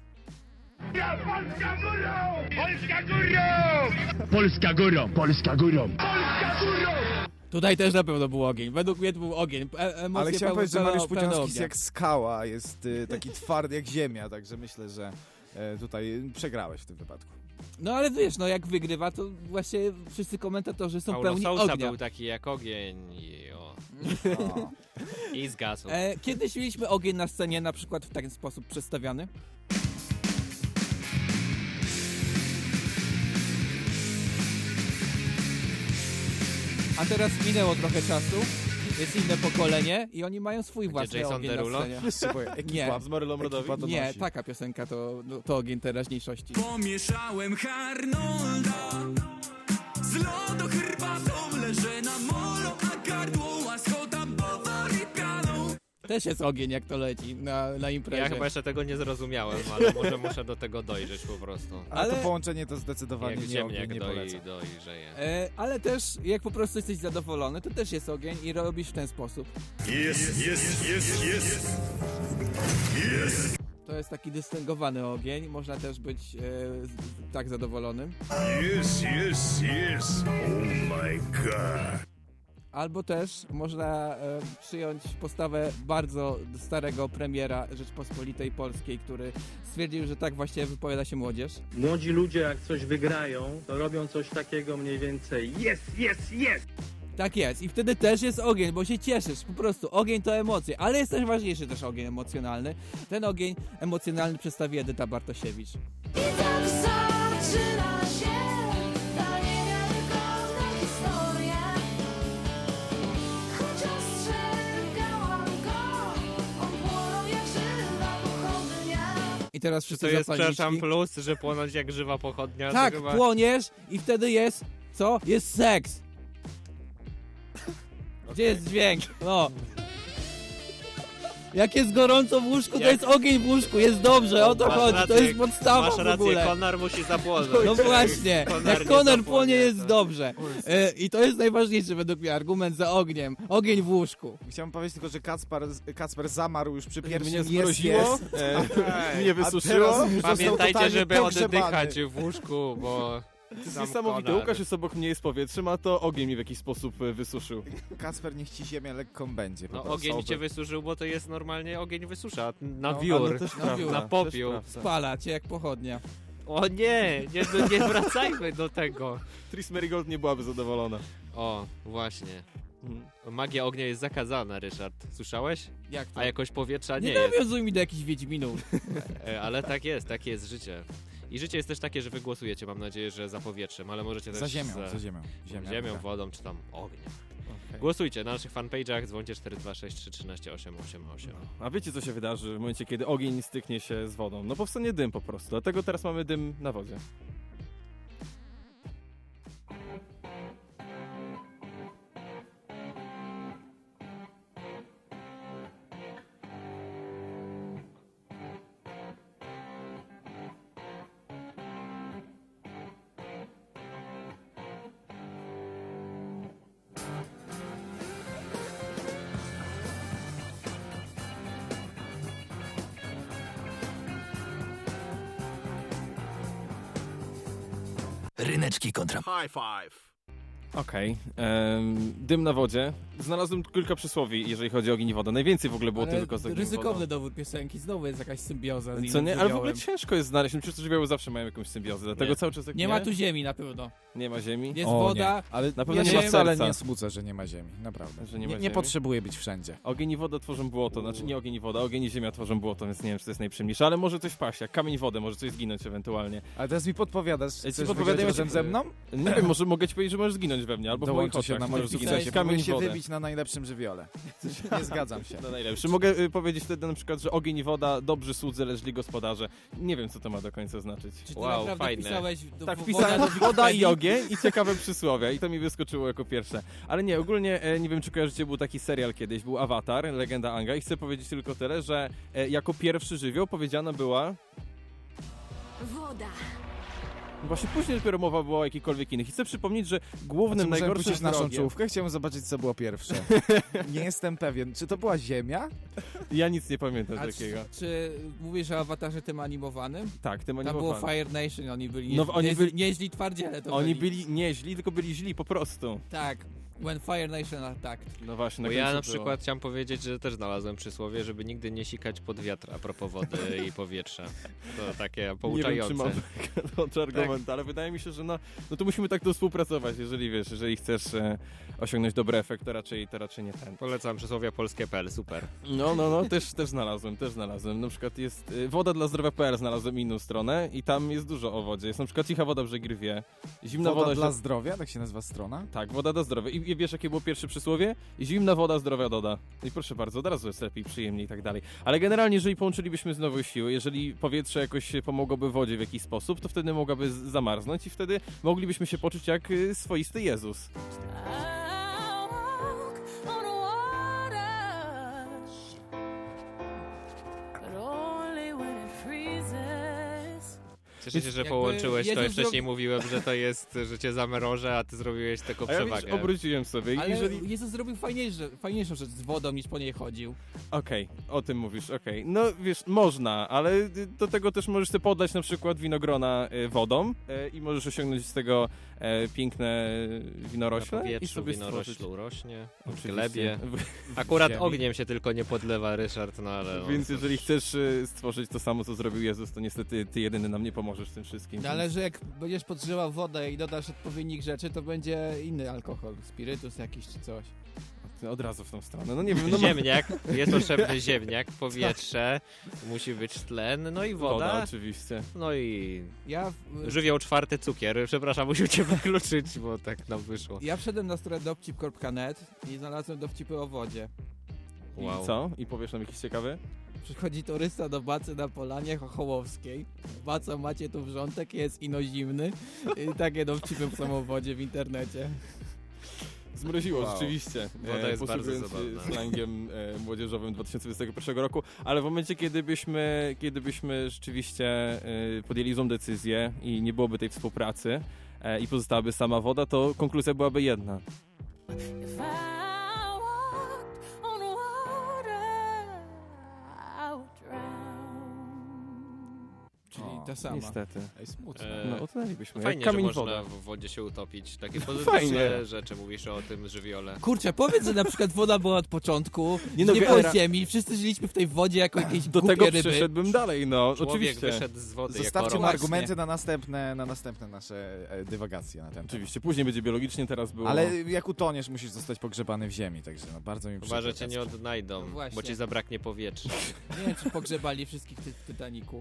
Polska górą! Polska górą! Tutaj też na pewno był ogień. Według mnie to był ogień. Emocje Ale chciałem powiedzieć, że pełne Mariusz Pudzianski jest ognia. jak skała, jest taki twardy jak ziemia, także myślę, że tutaj przegrałeś w tym wypadku. No ale wiesz, no jak wygrywa, to właśnie wszyscy komentatorzy są Paulo pełni Sousa ognia. był taki jak ogień i o. O. I zgasł. Kiedyś mieliśmy ogień na scenie na przykład w taki sposób przedstawiany. A teraz minęło trochę czasu, jest inne pokolenie i oni mają swój własny Jason ogień Derulo? na scenie. Wszyscy powie, ekipa, Z Marylą ekipa Rodowicz? to Nie, nosi. taka piosenka to ogień teraźniejszości. Pomieszałem Arnolda z lodu herbatą, leżę na molo, a gardło łaskota powoli pianą. Też jest ogień, jak to leci na imprezie. Ja chyba jeszcze tego nie zrozumiałem, ale może muszę do tego dojrzeć po prostu. Ale to Ale- połączenie to zdecydowanie Jak nie ziemniak ogień, nie polecam. dojrzeje. Ale też, jak po prostu jesteś zadowolony, to też jest ogień i robisz w ten sposób. To jest taki dystyngowany ogień, można też być tak zadowolonym. Albo też można przyjąć postawę bardzo starego premiera Rzeczpospolitej Polskiej, który stwierdził, że tak właściwie wypowiada się młodzież. Młodzi ludzie jak coś wygrają, to robią coś takiego mniej więcej. Tak jest. I wtedy też jest ogień, bo się cieszysz. Po prostu ogień to emocje, ale jest najważniejszy też ogień emocjonalny. Ten ogień emocjonalny przedstawi Edyta Bartosiewicz. I tak zaczyna się ta niewiarygodna historia. Choć ostrzegałam go, on płonął jak żywa pochodnia. I teraz Czy wszyscy to jest, zapalniczki. przepraszam, plus, że płonąć jak żywa pochodnia? Tak, to chyba... płoniesz i wtedy jest, co? Jest seks. Gdzie jest dźwięk? No. Jak jest gorąco w łóżku, to Jak- jest ogień w łóżku, jest dobrze, o to Masz chodzi, to rację, jest podstawa Masz w rację, ogóle. Konar musi zapłonąć. No właśnie, jak nie Konar zapłonie, płonie jest to- dobrze. I to jest najważniejszy według mnie argument za ogniem. Ogień w łóżku. Chciałem powiedzieć tylko, że Kacper zamarł już przy pierwszym Mnie jest, zmroziło, mnie A wysuszyło. teraz już został Pamiętajcie, totalnie żeby pogrzebany. oddychać w łóżku, bo... To jest Sam niesamowite. Konar. Łukasz jest obok mnie, jest powietrzem, a to ogień mi w jakiś sposób wysuszył. Kacper niech ci ziemię lekką będzie. Po No prostu. ogień mi cię wysuszył, bo to jest normalnie ogień wysusza. Na No, wiór, ale też Na prawda, wiór. na też popiół. prawda. Spala cię jak pochodnia. O nie wracajmy do tego. Tris Merigold nie byłaby zadowolona. O, właśnie. Mhm. Magia ognia jest zakazana, Ryszard. Słyszałeś? Jak to? A jakość powietrza nie Nie jest. nawiązuj mi do jakichś Wiedźminów. Ale takie jest życie. I życie jest też takie, że wy głosujecie, mam nadzieję, że za powietrzem, ale możecie też Za ziemią. ziemią, dobra. wodą czy tam ogniem. Okay. Głosujcie na naszych fanpage'ach, dzwońcie 426 313 888. A wiecie, co się wydarzy w momencie, kiedy ogień styknie się z wodą? No powstanie dym po prostu, dlatego teraz mamy dym na wodzie. Ryneczki kontra... High five. Okej. Dym na wodzie. Znalazłem kilka przysłowi, jeżeli chodzi o ogień i wodę. Najwięcej w ogóle było Ale tylko z ogniem i ryzykowny wodą. dowód piosenki, znowu jest jakaś symbioza z Co innym nie? Ale w ogóle żywiołem. ciężko jest znaleźć. No przecież żywioły zawsze mają jakąś symbiozę, dlatego Nie. cały czas jak Nie ma tu ziemi na pewno. Nie ma ziemi. Jest O, woda. nie. Ale Na pewno ja nie się ma wcale serca. nie smucę, że nie ma ziemi. Naprawdę. Że nie ma nie ziemi? potrzebuję być wszędzie. Ogień i woda tworzą błoto, znaczy nie ogień i woda, ogień i ziemia tworzą błoto, więc nie wiem, czy to jest najprzyjemniejsze, ale może coś paść, jak kamień i wodę, może coś zginąć ewentualnie. Ale teraz mi podpowiadasz, Ja ci chcesz podpowiadam, wygrać ja razem ci- ze mną? Nie wiem, może mogę ci powiedzieć, że możesz zginąć we mnie, albo w moich Dołączę się oczach na możesz moim zginąć. sukcesie. Kamień Próbuję i się wodę. wybić na najlepszym żywiole. Nie zgadzam się. No najlepszy. Mogę powiedzieć wtedy na przykład, że ogień i woda, dobrzy słudzy, lecz źli gospodarze. Nie wiem, co to ma do końca znaczyć. Czy ty Wow, naprawdę fajne. wpisałeś Tak, woda wpisałem do woda i Wikipedii? ogień i ciekawe przysłowia i to mi wyskoczyło jako pierwsze. Ale nie, ogólnie nie wiem, czy kojarzycie, był taki serial kiedyś, był Avatar, Legenda Aanga i chcę powiedzieć tylko tyle, że jako pierwszy żywioł powiedziana była... Woda. Właśnie później dopiero mowa była o jakichkolwiek innych. I chcę przypomnieć, że głównym, Możemy najgorszym puścić naszą wrogiem... czołówkę? Chciałem zobaczyć, co było pierwsze. Nie jestem pewien. Czy to była ziemia? Ja nic nie pamiętam A takiego. czy mówisz o awatarze tym animowanym? Tak, tym Tam było animowanym. Fire Nation, oni byli, No, oni byli- nieźli twardziele to Oni byli nieźli, tylko byli źli po prostu. Tak, when Fire Nation attacked. No właśnie, Bo na ja końcu na było. przykład chciałem powiedzieć, że też znalazłem przysłowie, żeby nigdy nie sikać pod wiatr a propos wody i powietrza. To takie Nie wiem, pouczające. czy mam kontrargument, ale wydaje mi się, że no to musimy tak tu współpracować, jeżeli wiesz, jeżeli chcesz osiągnąć dobry efekt, to raczej nie ten. Polecam przysłowia polskie.pl, super. No, też znalazłem. Na przykład jest woda dla zdrowia.pl, znalazłem inną stronę i tam jest dużo o wodzie. Jest na przykład cicha woda brzeg rwie, zimna Woda woda... dla zdrowia? Tak się nazywa strona? Tak, woda dla zdrowia. I wiesz, jakie było pierwsze przysłowie? Zimna woda zdrowia doda. I proszę bardzo, od razu jest lepiej, przyjemniej i tak dalej. Ale generalnie, jeżeli połączylibyśmy znowu siły, jeżeli powietrze jakoś pomogłoby wodzie w jakiś sposób, to wtedy mogłaby zamarznąć i wtedy moglibyśmy się poczuć jak swoisty Jezus. I walk on water. Cieszę się, że jakby połączyłeś to. Ja Jezus wcześniej mówiłem, że to jest, że cię zamrożę, a ty zrobiłeś taką A ja widzisz, przewagę. obróciłem sobie. Ale Jeżeli... Jezus zrobił fajniejszą rzecz z wodą, niż po niej chodził. Okej, o tym mówisz, okej. No wiesz, można, ale do tego też możesz sobie podać na przykład winogrona wodą i możesz osiągnąć z tego piękne Na winorośle i powietrzu sobie stworzyć. winoroślu rośnie, w Oczywiście. glebie. Akurat Ziemi. ogniem się tylko nie podlewa Ryszard, no ale... No, Więc jeżeli chcesz stworzyć to samo, co zrobił Jezus, to niestety ty jedyny nam nie pomożesz w tym wszystkim. No, ale że jak będziesz podgrzewał wodę i dodasz odpowiednich rzeczy, to będzie inny alkohol, spirytus jakiś czy coś. Ty od razu w tą stronę, no nie wiem. No Ziemniak, jest potrzebny ziemniak, powietrze, musi być tlen, no i woda, oczywiście. no i Ja, żywioł czwarty cukier. Przepraszam, musiał cię wykluczyć, bo tak nam wyszło. ja wszedłem na stronę dowcip.net i znalazłem dowcipy o wodzie. Wow. I co? I powiesz nam jakiś ciekawy? Przychodzi turysta do Bacy na Polanie Chochołowskiej. Baca, macie tu wrzątek, jest ino zimny. I takie dowcipy są o wodzie w internecie. Zmroziło, Wow. rzeczywiście. Woda jest bardzo posługując się zabawna. slangiem młodzieżowym 2021 roku, ale w momencie, kiedy byśmy rzeczywiście podjęli złą decyzję i nie byłoby tej współpracy i pozostałaby sama woda, to konkluzja byłaby jedna. If I walked on water, I would drown. Czyli O, ta sama. Niestety. Ej, smutno. E, No, utknęlibyśmy. Fajnie, jak że kamień można woda. w wodzie się utopić. Takie Fajnie. pozytywne rzeczy mówisz o tym żywiole. Kurczę, powiedz, że na przykład woda była od początku, Nie nie, no, było Gera- ziemi, wszyscy żyliśmy w tej wodzie jako jakieś Do głupie tego ryby. przeszedłbym dalej, no. Człowiek Oczywiście. wyszedł z wody jako Zostawcie mu robak. argumenty na następne nasze dywagacje na ten temat. Oczywiście. Później będzie biologicznie, teraz było... Ale jak utoniesz, musisz zostać pogrzebany w ziemi, także no, bardzo mi Chyba, że przykro. cię nie odnajdą, No właśnie. bo ci zabraknie powietrza. Nie wiem, czy pogrzebali wszystkich w Titaniku.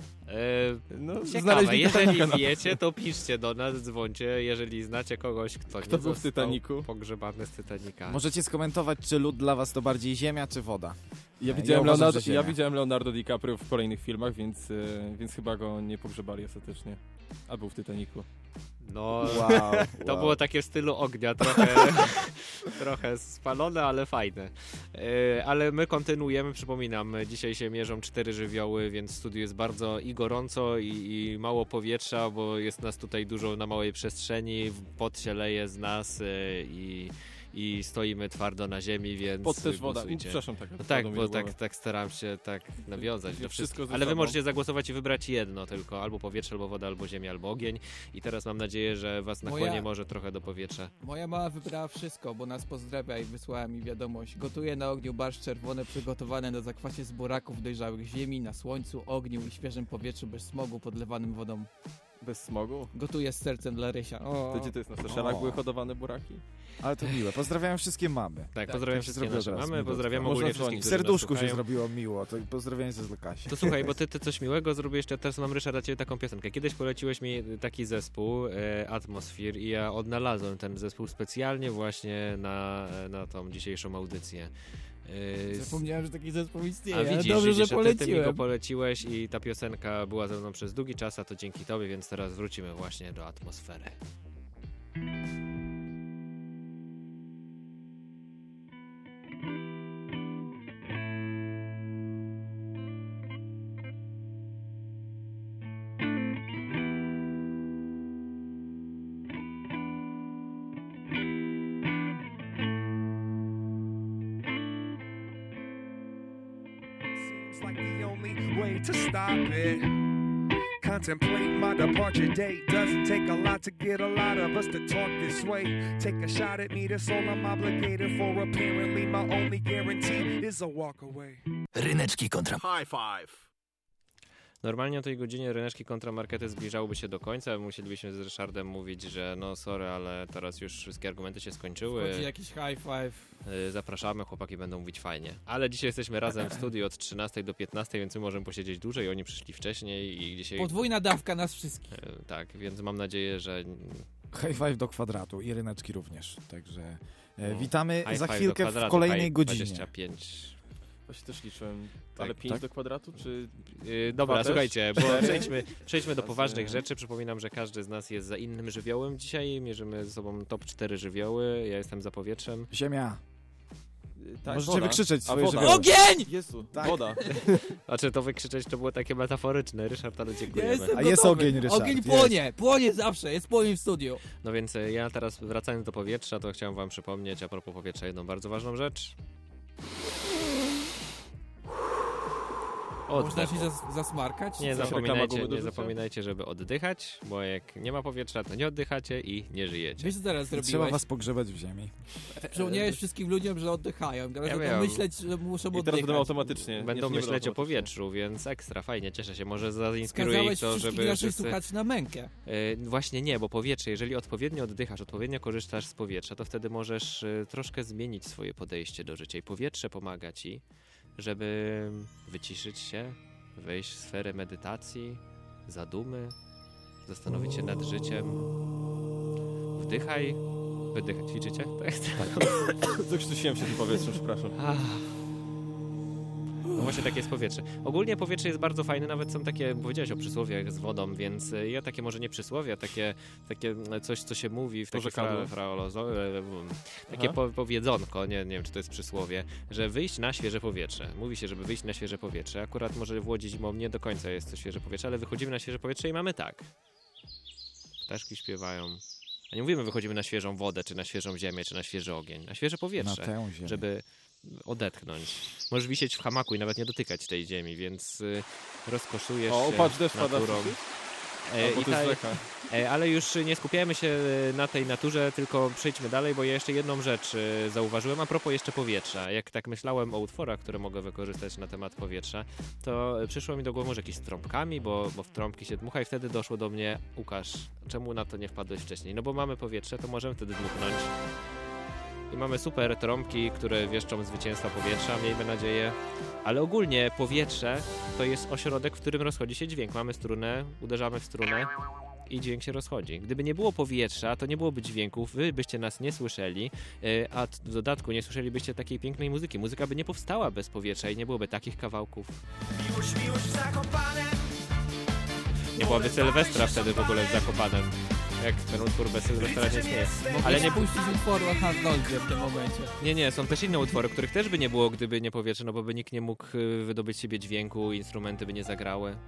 No, Ciekawe, znaleźli jeżeli Titanica na wiecie, to piszcie do nas, dzwońcie, jeżeli znacie kogoś, kto nie był w został Titaniku? pogrzebany z Titanica. Możecie skomentować, czy lód dla was to bardziej ziemia, czy woda. Ja Ja widziałem, uważam, Leonardo, że ziemia. ja widziałem Leonardo DiCaprio w kolejnych filmach, więc chyba go nie pogrzebali ostatecznie. A był w Titanicu. No, Wow, to było takie w stylu ognia, trochę spalone, ale fajne. Ale my kontynuujemy, przypominam, dzisiaj się mierzą 4 żywioły, więc w studiu jest bardzo i gorąco, i mało powietrza, bo jest nas tutaj dużo na małej przestrzeni, pot się leje z nas i stoimy twardo na ziemi, więc Pod też woda. głosujcie. Przepraszam, tak. No tak, bo tak staram się nawiązać do Wszystko wszystkiego. ze Ale wy sobą. możecie zagłosować i wybrać jedno tylko, albo powietrze, albo woda, albo ziemia, albo ogień. I teraz mam nadzieję, że was nakłonię może trochę do powietrza. Moja mama wybrała wszystko, bo nas pozdrawia i wysłała mi wiadomość. Gotuje na ogniu barszcz czerwony przygotowany na zakwasie z buraków dojrzałych ziemi, na słońcu, ogniu i świeżym powietrzu bez smogu podlewanym wodą. Bez smogu? Gotuje z sercem dla Rysia. To gdzie to jest? Na Seszelach były hodowane buraki? Ale to miłe. Pozdrawiam wszystkie mamy. Tak, pozdrawiam to się wszystkie zrobiło nasze teraz mamy, miło. pozdrawiam Można ogólnie dzwonić. wszystkich, W którzy nas serduszku się słuchają. zrobiło miło. To pozdrowienia z Lekasia. To słuchaj, bo ty coś miłego zrobiłeś, teraz mam, Ryszard, dla ciebie taką piosenkę. Kiedyś poleciłeś mi taki zespół, Atmosphere, i ja odnalazłem ten zespół specjalnie właśnie na tą dzisiejszą audycję. Zapomniałem, że taki zespół istnieje. A ale widzisz, dobrze, widzisz, że a ty mi go poleciłem. poleciłeś i ta piosenka była ze mną przez długi czas, a to dzięki tobie, więc teraz wrócimy właśnie do atmosfery. Seems like the only way to stop it. Contemplate my departure date. Doesn't take a lot to get a lot of us to talk this way. Take a shot at me, that's all I'm obligated for. Apparently, my only guarantee is a walk away. Ryneczki kontra High five. Normalnie o tej godzinie ryneczki kontramarkety zbliżałyby się do końca. Musielibyśmy z Ryszardem mówić, że no sorry, ale teraz już wszystkie argumenty się skończyły. Chodzi jakiś high five. Zapraszamy, chłopaki będą mówić fajnie. Ale dzisiaj jesteśmy razem w studiu od 13 do 15, więc my możemy posiedzieć dłużej. Oni przyszli wcześniej i dzisiaj... Podwójna dawka nas wszystkich. Tak, więc mam nadzieję, że... High five do kwadratu i ryneczki również. Także No, witamy high za five chwilkę do kwadratu, w kolejnej high godzinie. 25. Właśnie też liczyłem. Tak, Ale 5 tak? do kwadratu, czy... Dobra, Dwa też? słuchajcie, bo Cztery? przejdźmy do Razy- poważnych rzeczy. Przypominam, że każdy z nas jest za innym żywiołem dzisiaj. Mierzymy ze sobą top 4 żywioły. Ja jestem za powietrzem. Ziemia. Tak, Możecie woda. wykrzyczeć A swoje woda. żywioły. Ogień! Jezu, Tak. woda. Znaczy to wykrzyczeć to było takie metaforyczne, Ryszard, ale Ja dziękujemy. jestem A jest gotowy. ogień, Ryszard, Ogień jest. płonie, płonie zawsze, jest płomień w studiu. No więc ja teraz wracając do powietrza, to chciałem wam przypomnieć a propos powietrza jedną bardzo ważną rzecz. Można Oddech. się zasmarkać? Nie Coś reklama zapominajcie, gumy do nie rzucia? zapominajcie, żeby oddychać, bo jak nie ma powietrza, to nie oddychacie i nie żyjecie. Wiesz co teraz Trzeba zrobiłeś? was pogrzebać w ziemi. Przypomniałeś wszystkim ludziom, że oddychają. Teraz Ja będą wiem. myśleć, że muszą I teraz oddychać. będą automatycznie. Będą nie myśleć o automatycznie. powietrzu, więc ekstra, fajnie, cieszę się. Może zainspiruje ich Skazałeś to, wszystkich żeby naszych wszyscy... słuchaczy na mękę. Właśnie nie, bo powietrze, jeżeli odpowiednio oddychasz, odpowiednio korzystasz z powietrza, to wtedy możesz troszkę zmienić swoje podejście do życia i powietrze pomaga ci, żeby wyciszyć się, wejść w sferę medytacji, zadumy, zastanowić się nad życiem. Wdychaj, wydychaj. Ćwiczycie? Tak. Zakrztusiłem się tym powietrzem, przepraszam. No właśnie takie jest powietrze. Ogólnie powietrze jest bardzo fajne, nawet są takie, powiedziałeś o przysłowiach z wodą, więc ja takie może nie przysłowie, a takie coś, co się mówi w takie takie powiedzonko, nie wiem czy to jest przysłowie, że wyjść na świeże powietrze. Mówi się, żeby wyjść na świeże powietrze. Akurat może w Łodzi zimą nie do końca jest to świeże powietrze, ale wychodzimy na świeże powietrze i mamy tak. Ptaszki śpiewają. A nie mówimy wychodzimy na świeżą wodę, czy na świeżą ziemię, czy na świeży ogień. Na świeże powietrze. Na tę ziemię. Żeby odetchnąć. Możesz wisieć w hamaku i nawet nie dotykać tej ziemi, więc rozkoszujesz O, się patrz, deszcz pada. naturą. Bo to jest rzeka. Ale już nie skupiajmy się na tej naturze, tylko przejdźmy dalej, bo ja jeszcze jedną rzecz zauważyłem a propos jeszcze powietrza. Jak tak myślałem o utworach, które mogę wykorzystać na temat powietrza, to przyszło mi do głowy może jakieś z trąbkami, bo w trąbki się dmucha i wtedy doszło do mnie, Łukasz, czemu na to nie wpadłeś wcześniej? No bo mamy powietrze, to możemy wtedy dmuchnąć. I mamy super trąbki, które wieszczą zwycięstwa powietrza, miejmy nadzieję. Ale ogólnie powietrze to jest ośrodek, w którym rozchodzi się dźwięk. Mamy strunę, uderzamy w strunę i dźwięk się rozchodzi. Gdyby nie było powietrza, to nie byłoby dźwięków, wy byście nas nie słyszeli, a w dodatku nie słyszelibyście takiej pięknej muzyki. Muzyka by nie powstała bez powietrza i nie byłoby takich kawałków. Nie byłoby Sylwestra wtedy w ogóle w Zakopanem. Jak ten utwór bez Sylwestra nie istnieje. Ale nie puścić utworu o Arnoldzie w tym momencie. Nie, są też inne utwory, których też by nie było, gdyby nie powietrze, no bo by nikt nie mógł wydobyć z siebie dźwięku, instrumenty by nie zagrały.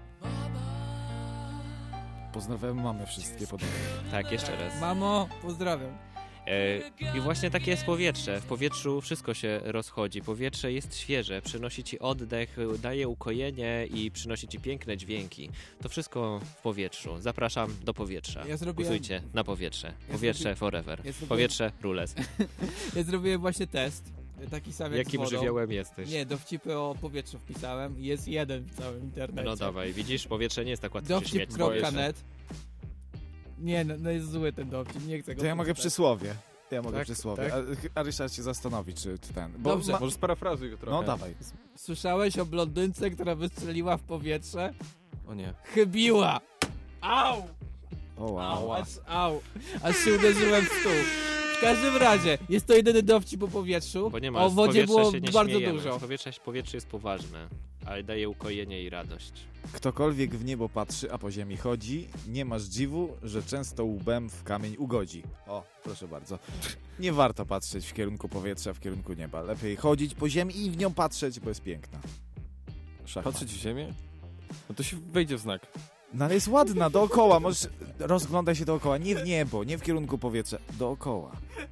Pozdrawiam mamy wszystkie podobnie. Tak, jeszcze raz. Mamo, pozdrawiam. I właśnie takie jest powietrze. W powietrzu wszystko się rozchodzi. Powietrze jest świeże, przynosi ci oddech, daje ukojenie i przynosi ci piękne dźwięki. To wszystko w powietrzu. Zapraszam do powietrza. Głosujcie na powietrze. Powietrze forever. Powietrze rules. Ja zrobiłem właśnie test. Taki sam jak Jakim z wodą. żywiołem jesteś? Nie, dowcipy o powietrzu wpisałem. Jest jeden w całym internecie. No dawaj, widzisz, powietrze nie jest tak łatwo się śmiać. Dowcip.net. Nie, no jest zły ten dowcip, nie chcę go To ja mogę przeczytać. przysłowie. Ja mogę Tak, przysłowie. tak. A Ryszard się zastanowi, czy ten... Dobrze. Może sparafrazuj go trochę. No dawaj. Słyszałeś o blondynce, która wystrzeliła w powietrze? O nie. Chybiła! Au! O wow. Aż się uderzyłem w stół. W każdym razie, jest to jedyny dowcip o powietrzu. Bo nie ma, O z wodzie powietrza było się nie bardzo śmiejemy. dużo. Powietrze jest poważne, ale daje ukojenie i radość. Ktokolwiek w niebo patrzy, a po ziemi chodzi, nie masz dziwu, że często łbem w kamień ugodzi. O, proszę bardzo. Nie warto patrzeć w kierunku powietrza, w kierunku nieba. Lepiej chodzić po ziemi i w nią patrzeć, bo jest piękna. Szachmat. Patrzeć w ziemię? No to się wejdzie w znak. No ale jest ładna, dookoła. Możesz rozglądać się dookoła. Nie w niebo, nie w kierunku powietrza. Dookoła.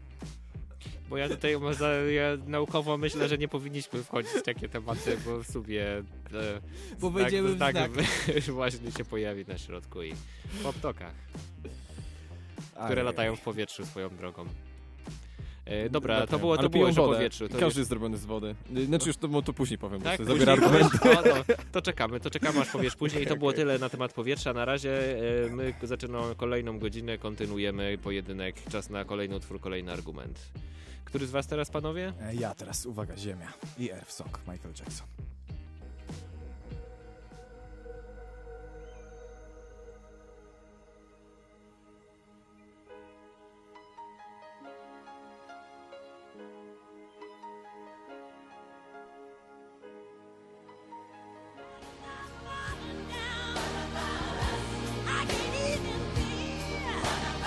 Bo ja tutaj ja naukowo myślę, że nie powinniśmy wchodzić w takie tematy, bo w sumie Bo wejdziemy w znak. właśnie się pojawi na środku i po ptokach, które latają w powietrzu swoją drogą. Dobra, to było Ale o piją wodę. powietrzu. To Każdy jest zrobiony z wody. Znaczy już to później powiem, tak, bo sobie zabiera argumenty. To czekamy aż powiesz później. I to było tyle na temat powietrza. Na razie my zaczynamy kolejną godzinę, kontynuujemy pojedynek. Czas na kolejny utwór, kolejny argument. Który z was teraz, panowie? Ja teraz, uwaga, ziemia. I Earth Song, Michael Jackson.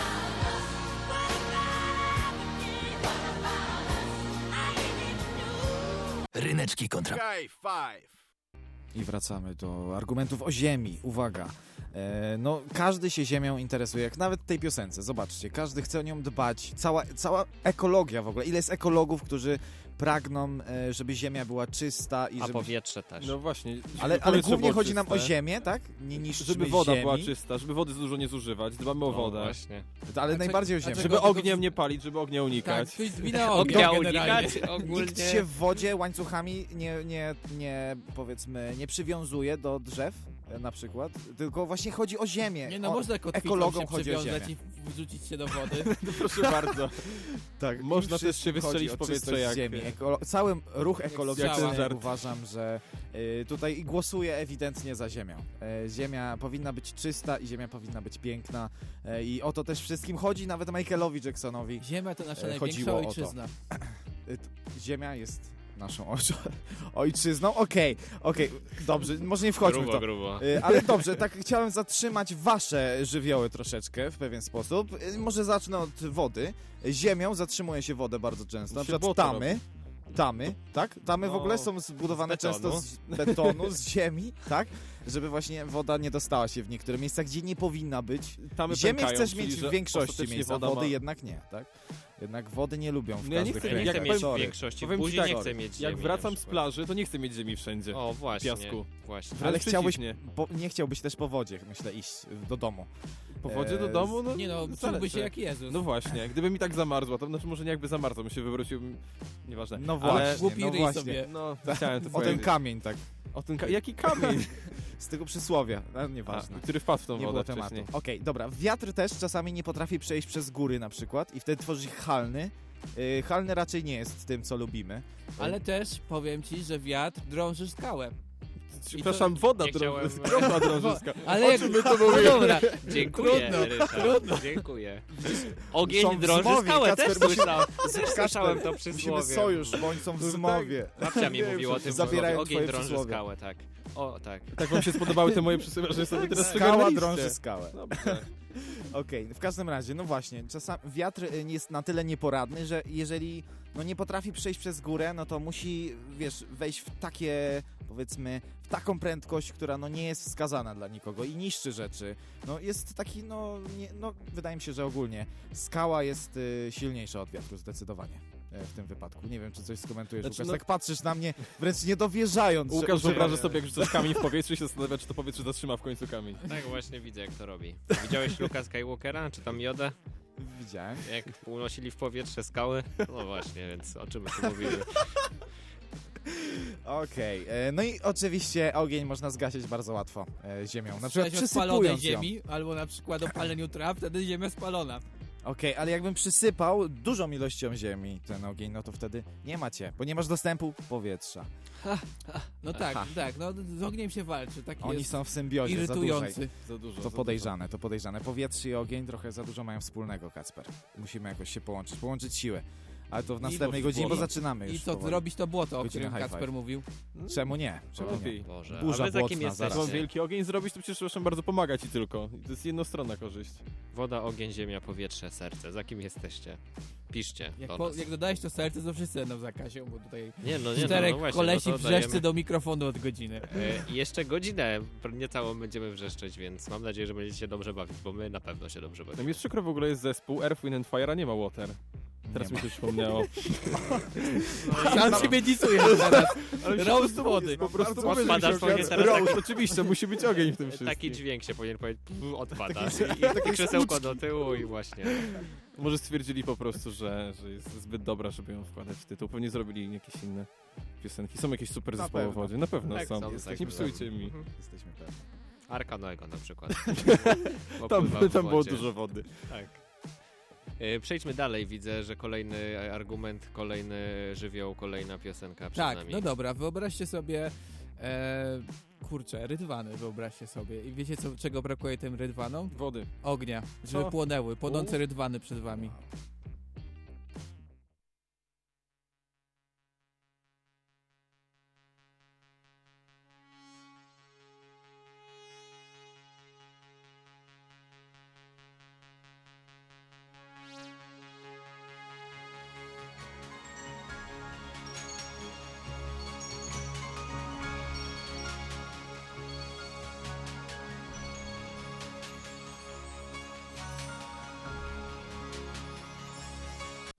I ciężki kontra... High five. I wracamy do argumentów o ziemi. Uwaga. No, każdy się ziemią interesuje, jak nawet w tej piosence. Zobaczcie, każdy chce o nią dbać. Cała ekologia w ogóle. Ile jest ekologów, którzy pragną, żeby ziemia była czysta i A żeby... powietrze też. No właśnie. żeby Ale powietrze głównie było chodzi nam o czyste, ziemię, tak? Nie niszczymy żeby woda ziemi. była czysta, żeby wody za dużo nie zużywać, dbamy o wodę. Właśnie. Ale najbardziej o ziemię. Żeby Dlaczego tego- ogniem nie palić, żeby ognia unikać. Tak, to jest wina ognia generalnie. unikać ogólnie. Nikt się w wodzie łańcuchami powiedzmy, nie przywiązuje do drzew na przykład, tylko właśnie chodzi o ziemię. Nie no, można kotwicą ekologom się chodzi o przywiązać ziemię. i wrzucić się do wody. Proszę bardzo. Tak, Można i też się wszystkim wystrzelić chodzi w o powietrze czystość jak... ziemi. Cały ruch Jak ekologiczny ten żart. uważam, że tutaj głosuję ewidentnie za ziemią. Ziemia powinna być czysta i ziemia powinna być piękna i o to też wszystkim chodzi, nawet Michaelowi Jacksonowi. Ziemia to nasza największa Chodziło o to. ojczyzna. Ziemia jest naszą ojczyzną. Okej, dobrze, może nie wchodźmy w to. Grubo. Ale dobrze, tak chciałem zatrzymać wasze żywioły troszeczkę w pewien sposób. Może zacznę od wody. Ziemią zatrzymuje się wodę bardzo często. Na Się przykład błoto tamy, tak? Tamy w No, ogóle są zbudowane z betonu. często z betonu, z ziemi, tak? Żeby właśnie woda nie dostała się w niektóre miejsca, gdzie nie powinna być. Tamy Ziemię pękają, chcesz czyli mieć że w większości ostatecznie miejsc, woda wody ma- jednak nie, tak? Jednak wody nie lubią w No ja nie każdych chcę- Ja nie jak chcę miejscach. mieć w Sorry. większości. Powiem ci Później tak, nie chcę mieć Jak ziemi wracam na z przykład. plaży, to nie chcę mieć ziemi wszędzie. O, właśnie. piasku. Właśnie. Wręcz Ale chciałbyś, przeciwnie. nie chciałbyś też po wodzie, myślę, iść do domu. Po wodzie do domu? No, Nie no, czułby zależy. się jak Jezus. No właśnie, gdyby mi tak zamarzła, to znaczy może nie jakby zamarzła, bym się wywrócił, nieważne. No Ale- właśnie, Głupi no ryj właśnie. sobie. No, chciałem to O ten powiedzieć. kamień, tak. Jaki kamień? Z tego przysłowia, no, nieważne. Który wpadł w tą Nie wodę było tematu. wcześniej. Okej, dobra. Wiatr też czasami nie potrafi przejść przez góry na przykład i wtedy tworzy halny. Halny raczej nie jest tym, co lubimy. Ale też powiem ci, że wiatr drąży skałę. Przepraszam, woda Nie chciałem- drobna drążyska. Ale O jak... czym my to No mówimy? dobra, Dziękuję, Trudno, Ryszard. Dziękuję. Ogień Są w drąży zmowie, skałę, Kacper, też słyszałem to Musimy przysłowie. sojusz, bo oni są w zmowie. Babcia mi mówiła o tym, Zabierają że ogień twoje drąży przysłowie. skałę, tak. O, tak. Tak wam się spodobały te moje przysłowia, że sobie teraz Skała przegadaliście. drąży skałę. Dobrze. Okej, w każdym razie, no właśnie, czasami wiatr jest na tyle nieporadny, że jeżeli nie potrafi przejść przez górę, no to musi, wejść w takie, powiedzmy, w taką prędkość, która nie jest wskazana dla nikogo i niszczy rzeczy. No jest taki, wydaje mi się, że ogólnie skała jest silniejsza od wiatru, zdecydowanie. W tym wypadku. Nie wiem, czy coś skomentujesz, Znaczy, Łukasz. Tak patrzysz na mnie, wręcz niedowierzając. Łukasz że wyobraża sobie, jak rzucasz kamień w powietrze i się zastanawia, czy to powietrze zatrzyma w końcu kamień. Tak właśnie widzę, jak to robi. Widziałeś Luka Skywalkera, czy tam Jodę? Widziałem. Jak unosili w powietrze skały? No właśnie, więc o czym my tu mówimy? Okej, no i oczywiście ogień można zgasić bardzo łatwo ziemią. Na przykład Strzelać o spalonej przysypując ją. ziemi, albo na przykład o paleniu traw, wtedy ziemia spalona. Okej, ale jakbym przysypał dużą ilością ziemi ten ogień, no to wtedy nie macie, bo nie masz dostępu powietrza. No tak, Aha. tak, no z ogniem się walczy, taki Oni jest są w symbiozie za dużej. irytujący. Za dużo. To podejrzane, to podejrzane. Powietrze i ogień trochę za dużo mają wspólnego, Kacper. Musimy jakoś się połączyć siły. Ale to w następnej godzinie, bo błoto. zaczynamy już. I co, powoli. zrobić to błoto, o Godzina którym high Kacper five. mówił? Czemu nie? Czemu nie? Lepiej. Boże, Burza a wy za kim błotna Jak zaraz. mam jesteście? wielki ogień zrobić, to przecież przepraszam bardzo pomaga ci tylko. I to jest jednostronna korzyść. Woda, ogień, ziemia, powietrze, serce. Za kim jesteście? Piszcie Jak, do nas. jak dodałeś to serce, to wszyscy będą za Kasią, bo tutaj Nie, no czterech właśnie, kolesi no to wrzeszczy dajemy- do mikrofonu od godziny. I jeszcze godzinę, niecałą będziemy wrzeszczeć, więc mam nadzieję, że będziecie się dobrze bawić, bo my na pewno się dobrze Tam bawimy. jest przykro, w ogóle jest zespół Earth, Wind and Fire, a nie ma Water. Teraz Nie mi się przypomniało. Sam siebie disuje teraz. Roast wody. Po prostu Bardzo mówię, że odpadasz mi się powinien obiad- teraz Roast, oczywiście, musi być ogień w tym wszystkim. Taki dźwięk się powinien powiedzieć, odpada. I krzesełko do tyłu i właśnie. Może stwierdzili po prostu, że jest zbyt dobra, żeby ją wkładać w tytuł. Pewnie zrobili jakieś inne piosenki. Są jakieś super Na zespoły w pewno. wodzie. Na pewno Tak, są. są, Nie psujcie mi. Jesteśmy pewni. Arka Noego na przykład. Tam Popływał w było wodzie. dużo wody. Tak. Przejdźmy dalej. Widzę, że kolejny argument, kolejny żywioł, kolejna piosenka przed Tak, nami. no dobra, wyobraźcie sobie, rydwany wyobraźcie sobie. I wiecie, czego brakuje tym rydwanom? Wody. Ognia, żeby Co? płonęły, płonące rydwany przed wami.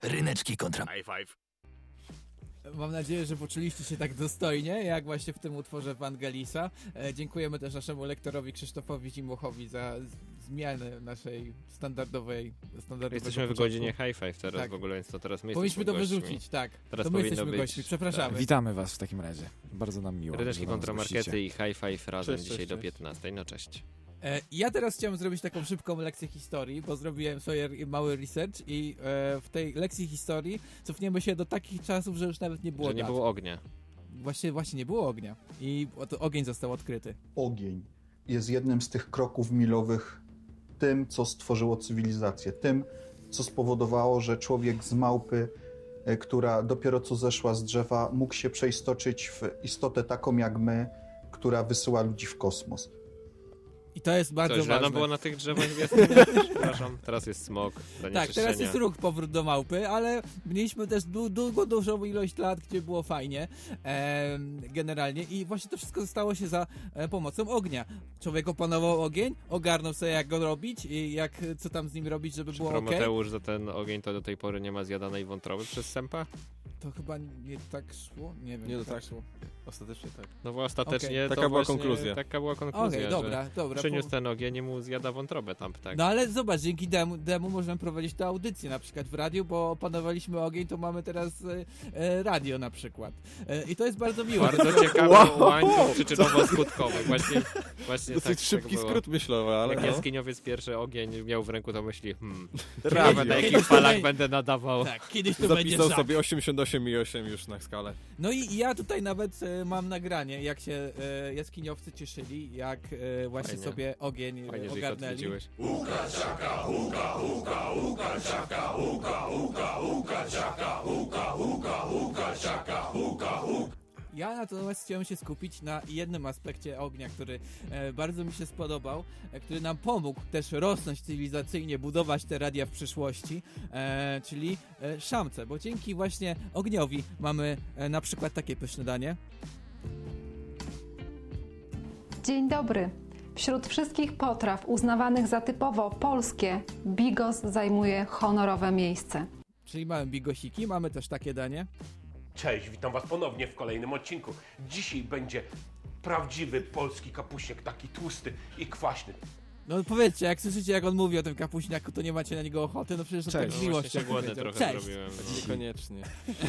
Ryneczki kontra... High five. Mam nadzieję, że poczuliście się tak dostojnie, jak właśnie w tym utworze Wangelisa. Dziękujemy też naszemu lektorowi Krzysztofowi Zimochowi za zmianę naszej standardowego Jesteśmy w początku. godzinie high five teraz Tak. w ogóle, więc to teraz my Powinniśmy to jesteśmy gośćmi. wyrzucić, tak. Teraz to my powinno jesteśmy być- gośćmi, przepraszamy. Witamy was w takim razie. Bardzo nam miło. Ryneczki że do nas kontra gościcie. markety i high five razem Cześć, dzisiaj cześć, do cześć. 15. No cześć. Ja teraz chciałem zrobić taką szybką lekcję historii, bo zrobiłem sobie mały research i w tej lekcji historii cofniemy się do takich czasów, że już nawet nie było Że nie dat. było ognia. Właśnie nie było ognia i ogień został odkryty. Ogień jest jednym z tych kroków milowych tym, co stworzyło cywilizację, tym, co spowodowało, że człowiek z małpy, która dopiero co zeszła z drzewa, mógł się przeistoczyć w istotę taką jak my, która wysyła ludzi w kosmos. I to jest bardzo Co, źle ważne. nam było na tych drzewach wiosny? Przepraszam. Teraz jest smog, Tak, zanieczyszczenia. teraz jest ruch, powrót do małpy, ale mieliśmy też dużą ilość lat, gdzie było fajnie generalnie i właśnie to wszystko stało się za pomocą ognia. Człowiek opanował ogień, ogarnął sobie jak go robić i co tam z nim robić, żeby było okej. Promoteusz za ten ogień to do tej pory nie ma zjadanej wątroby przez sępa? To chyba nie tak szło? Nie wiem. Nie, no tak tak. szło. Ostatecznie tak. No bo ostatecznie Okej. to Taka była właśnie, konkluzja. Taka była konkluzja, Okej, że dobra. przyniósł ten ogień i mu zjada wątrobę tam, tak. No ale zobacz, dzięki demu możemy prowadzić tę audycję na przykład w radiu, bo opanowaliśmy ogień, to mamy teraz radio na przykład. I to jest bardzo miłe. Bardzo ciekawy łańcuch przyczynowo-skutkowy. Właśnie Dosyć tak szybki było. skrót myślowy, ale Jak no. jaskiniowiec pierwszy ogień miał w ręku, to myśli, Radio. ciekawe na jakich falach będę nadawał. Tak, kiedyś to będzie Zapisał żart. sobie 88,8 już na skalę. No i ja tutaj nawet mam nagranie, jak się jaskiniowcy cieszyli, jak właśnie Fajnie. sobie ogień Fajnie, że ich ogarnęli. odwiedziłeś. Ja natomiast chciałem się skupić na jednym aspekcie ognia, który bardzo mi się spodobał, który nam pomógł też rosnąć cywilizacyjnie, budować te radia w przyszłości, czyli szamce, bo dzięki właśnie ogniowi mamy na przykład takie pyszne danie. Dzień dobry. Wśród wszystkich potraw uznawanych za typowo polskie, bigos zajmuje honorowe miejsce. Czyli mamy bigosiki, mamy też takie danie. Cześć, witam was ponownie w kolejnym odcinku. Dzisiaj będzie prawdziwy polski kapuśniak, taki tłusty i kwaśny. No powiedzcie, jak słyszycie, jak on mówi o tym kapuśniaku, to nie macie na niego ochoty, no przecież to tak Cześć. z No miłością właśnie się głodny powiedział. trochę Cześć. zrobiłem. No. Niekoniecznie.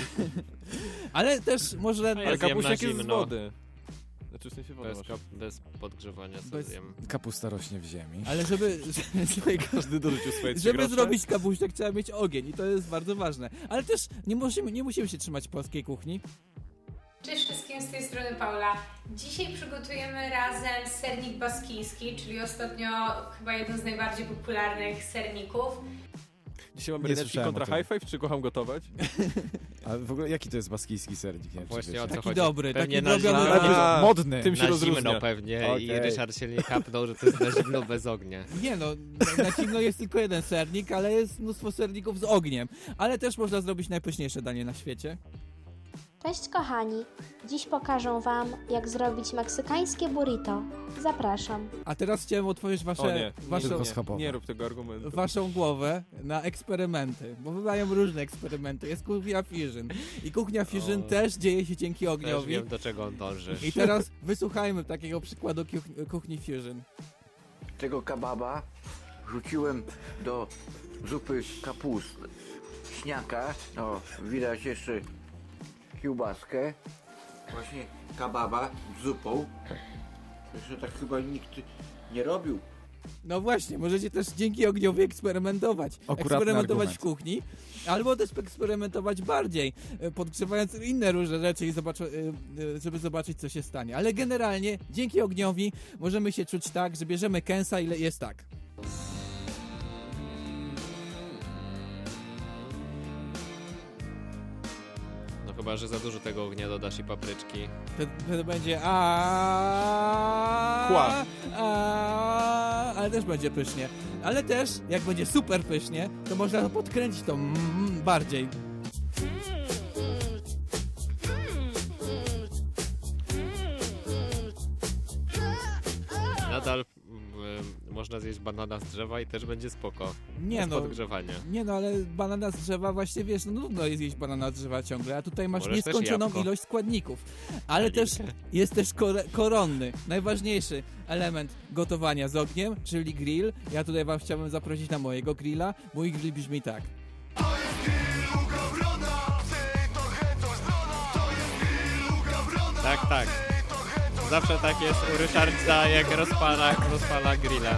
Ale też może... A ja Ale zjem kapuśniak na jest z zimno. wody. Znaczy w sensie wodę Bez, masz. bez podgrzewania sobie Bez- zjem. Kapusta rośnie w ziemi. Ale żeby Każdy dorzucił swoje 3 żeby grosze. zrobić kapuśniak, trzeba mieć ogień i to jest bardzo ważne. Ale też nie musimy się trzymać polskiej kuchni. Cześć wszystkim, z tej strony Paula. Dzisiaj przygotujemy razem sernik baskijski, czyli ostatnio chyba jeden z najbardziej popularnych serników. Dzisiaj mamy Nie ryneczki słyszałem kontra o tym. high five, czy kocham gotować? A w ogóle jaki to jest baskijski sernik? Nie wiem, czy Właśnie wiecie. o co Taki chodzi. dobry, Pewnie taki na zrobiony zimno, robiony. A, modny. Tym się na rozróżnia. zimno pewnie i Okej. Ryszard się nie kapnął, że to jest na zimno bez ognia. Nie no, na zimno jest tylko jeden sernik, ale jest mnóstwo serników z ogniem. Ale też można zrobić najpyszniejsze danie na świecie. Cześć kochani, dziś pokażę wam jak zrobić meksykańskie burrito. Zapraszam. A teraz chciałem otworzyć O nie, Tylko schabowe. nie rób tego argumentu. waszą głowę na eksperymenty, bo mają różne eksperymenty. Jest kuchnia Fusion i kuchnia Fusion O. też dzieje się dzięki Też ogniowi. wiem, do czego on dąży. I teraz wysłuchajmy takiego przykładu kuchni Fusion. Tego kebaba rzuciłem do zupy kapusty. Śniaka, o, widać jeszcze kiełbaskę. Właśnie kebaba z zupą. Jeszcze tak chyba nikt nie robił. No właśnie, możecie też dzięki ogniowi eksperymentować. Akuratny Eksperymentować argument. w kuchni, albo też eksperymentować bardziej, podgrzewając inne różne rzeczy, i żeby zobaczyć, co się stanie. Ale generalnie, dzięki ogniowi możemy się czuć tak, że bierzemy kęsa i jest tak. No chyba, że za dużo tego ognia dodasz i papryczki. To będzie Kła. ale też będzie pysznie. Ale też, jak będzie super pysznie, to można podkręcić to bardziej. Nadal można można zjeść banana z drzewa i też będzie spoko. Nie Bez no, podgrzewania. nie no, ale banana z drzewa właśnie, wiesz, no nudno jest jeść banana z drzewa ciągle, a tutaj masz Możesz też nieskończoną jabłko. ilość składników. Ale też jest też koronny, najważniejszy element gotowania z ogniem, czyli grill. Ja tutaj wam chciałbym zaprosić na mojego grilla. Mój grill brzmi tak. Tak, tak. Zawsze tak jest u Ryszarda, jak rozpala grilla.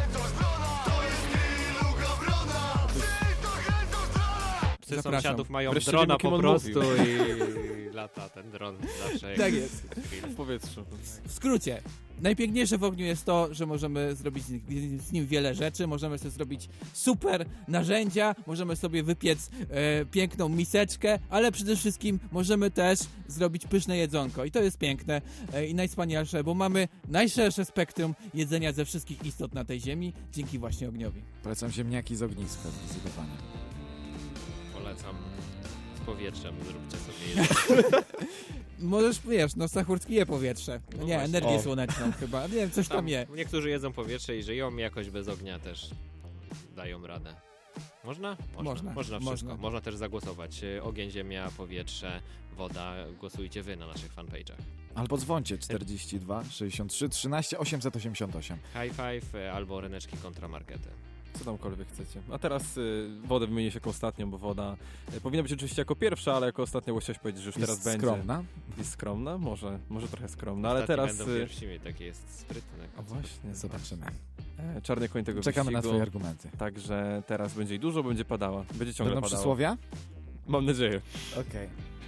Psy Zapraszam. sąsiadów mają Wreszcie drona wiem, o kim po on prostu mówił. i lata ten dron zawsze. Tak jest. W powietrzu. W skrócie, najpiękniejsze w ogniu jest to, że możemy zrobić z nim wiele rzeczy, możemy sobie zrobić super narzędzia, możemy sobie wypiec piękną miseczkę, ale przede wszystkim możemy też zrobić pyszne jedzonko i to jest piękne i najwspanialsze, bo mamy najszersze spektrum jedzenia ze wszystkich istot na tej ziemi dzięki właśnie ogniowi. Polecam ziemniaki z ogniska zdecydowanie. Polecam z powietrzem, zróbcie sobie jedzenie. Możesz, wiesz, no Sachurski je powietrze. No nie, właśnie. energię słoneczną chyba, nie wiem, coś tam je. Niektórzy jedzą powietrze i żyją, jakoś bez ognia też dają radę. Można? Można wszystko. Można. Można też zagłosować. Ogień, ziemia, powietrze, woda. Głosujcie wy na naszych fanpage'ach. Albo dzwońcie 42 63 13 888. High five albo ryneczki kontra markety. Co tamkolwiek chcecie. A teraz wodę wymienię się jako ostatnią, bo woda powinna być oczywiście jako pierwsza, ale jako ostatnia chciałeś powiedzieć, że już Jest teraz będzie. skromna? Jest skromna? Może trochę skromna, ale Ostatni teraz... będą pierwszymi, takie jest sprytne. A właśnie. Zobaczymy. Czarny koń tego Czekamy na wyścigu. twoje argumenty. Także teraz będzie i dużo, będzie padała. Będzie ciągle Będą padała. przysłowia? Mam nadzieję. Okej.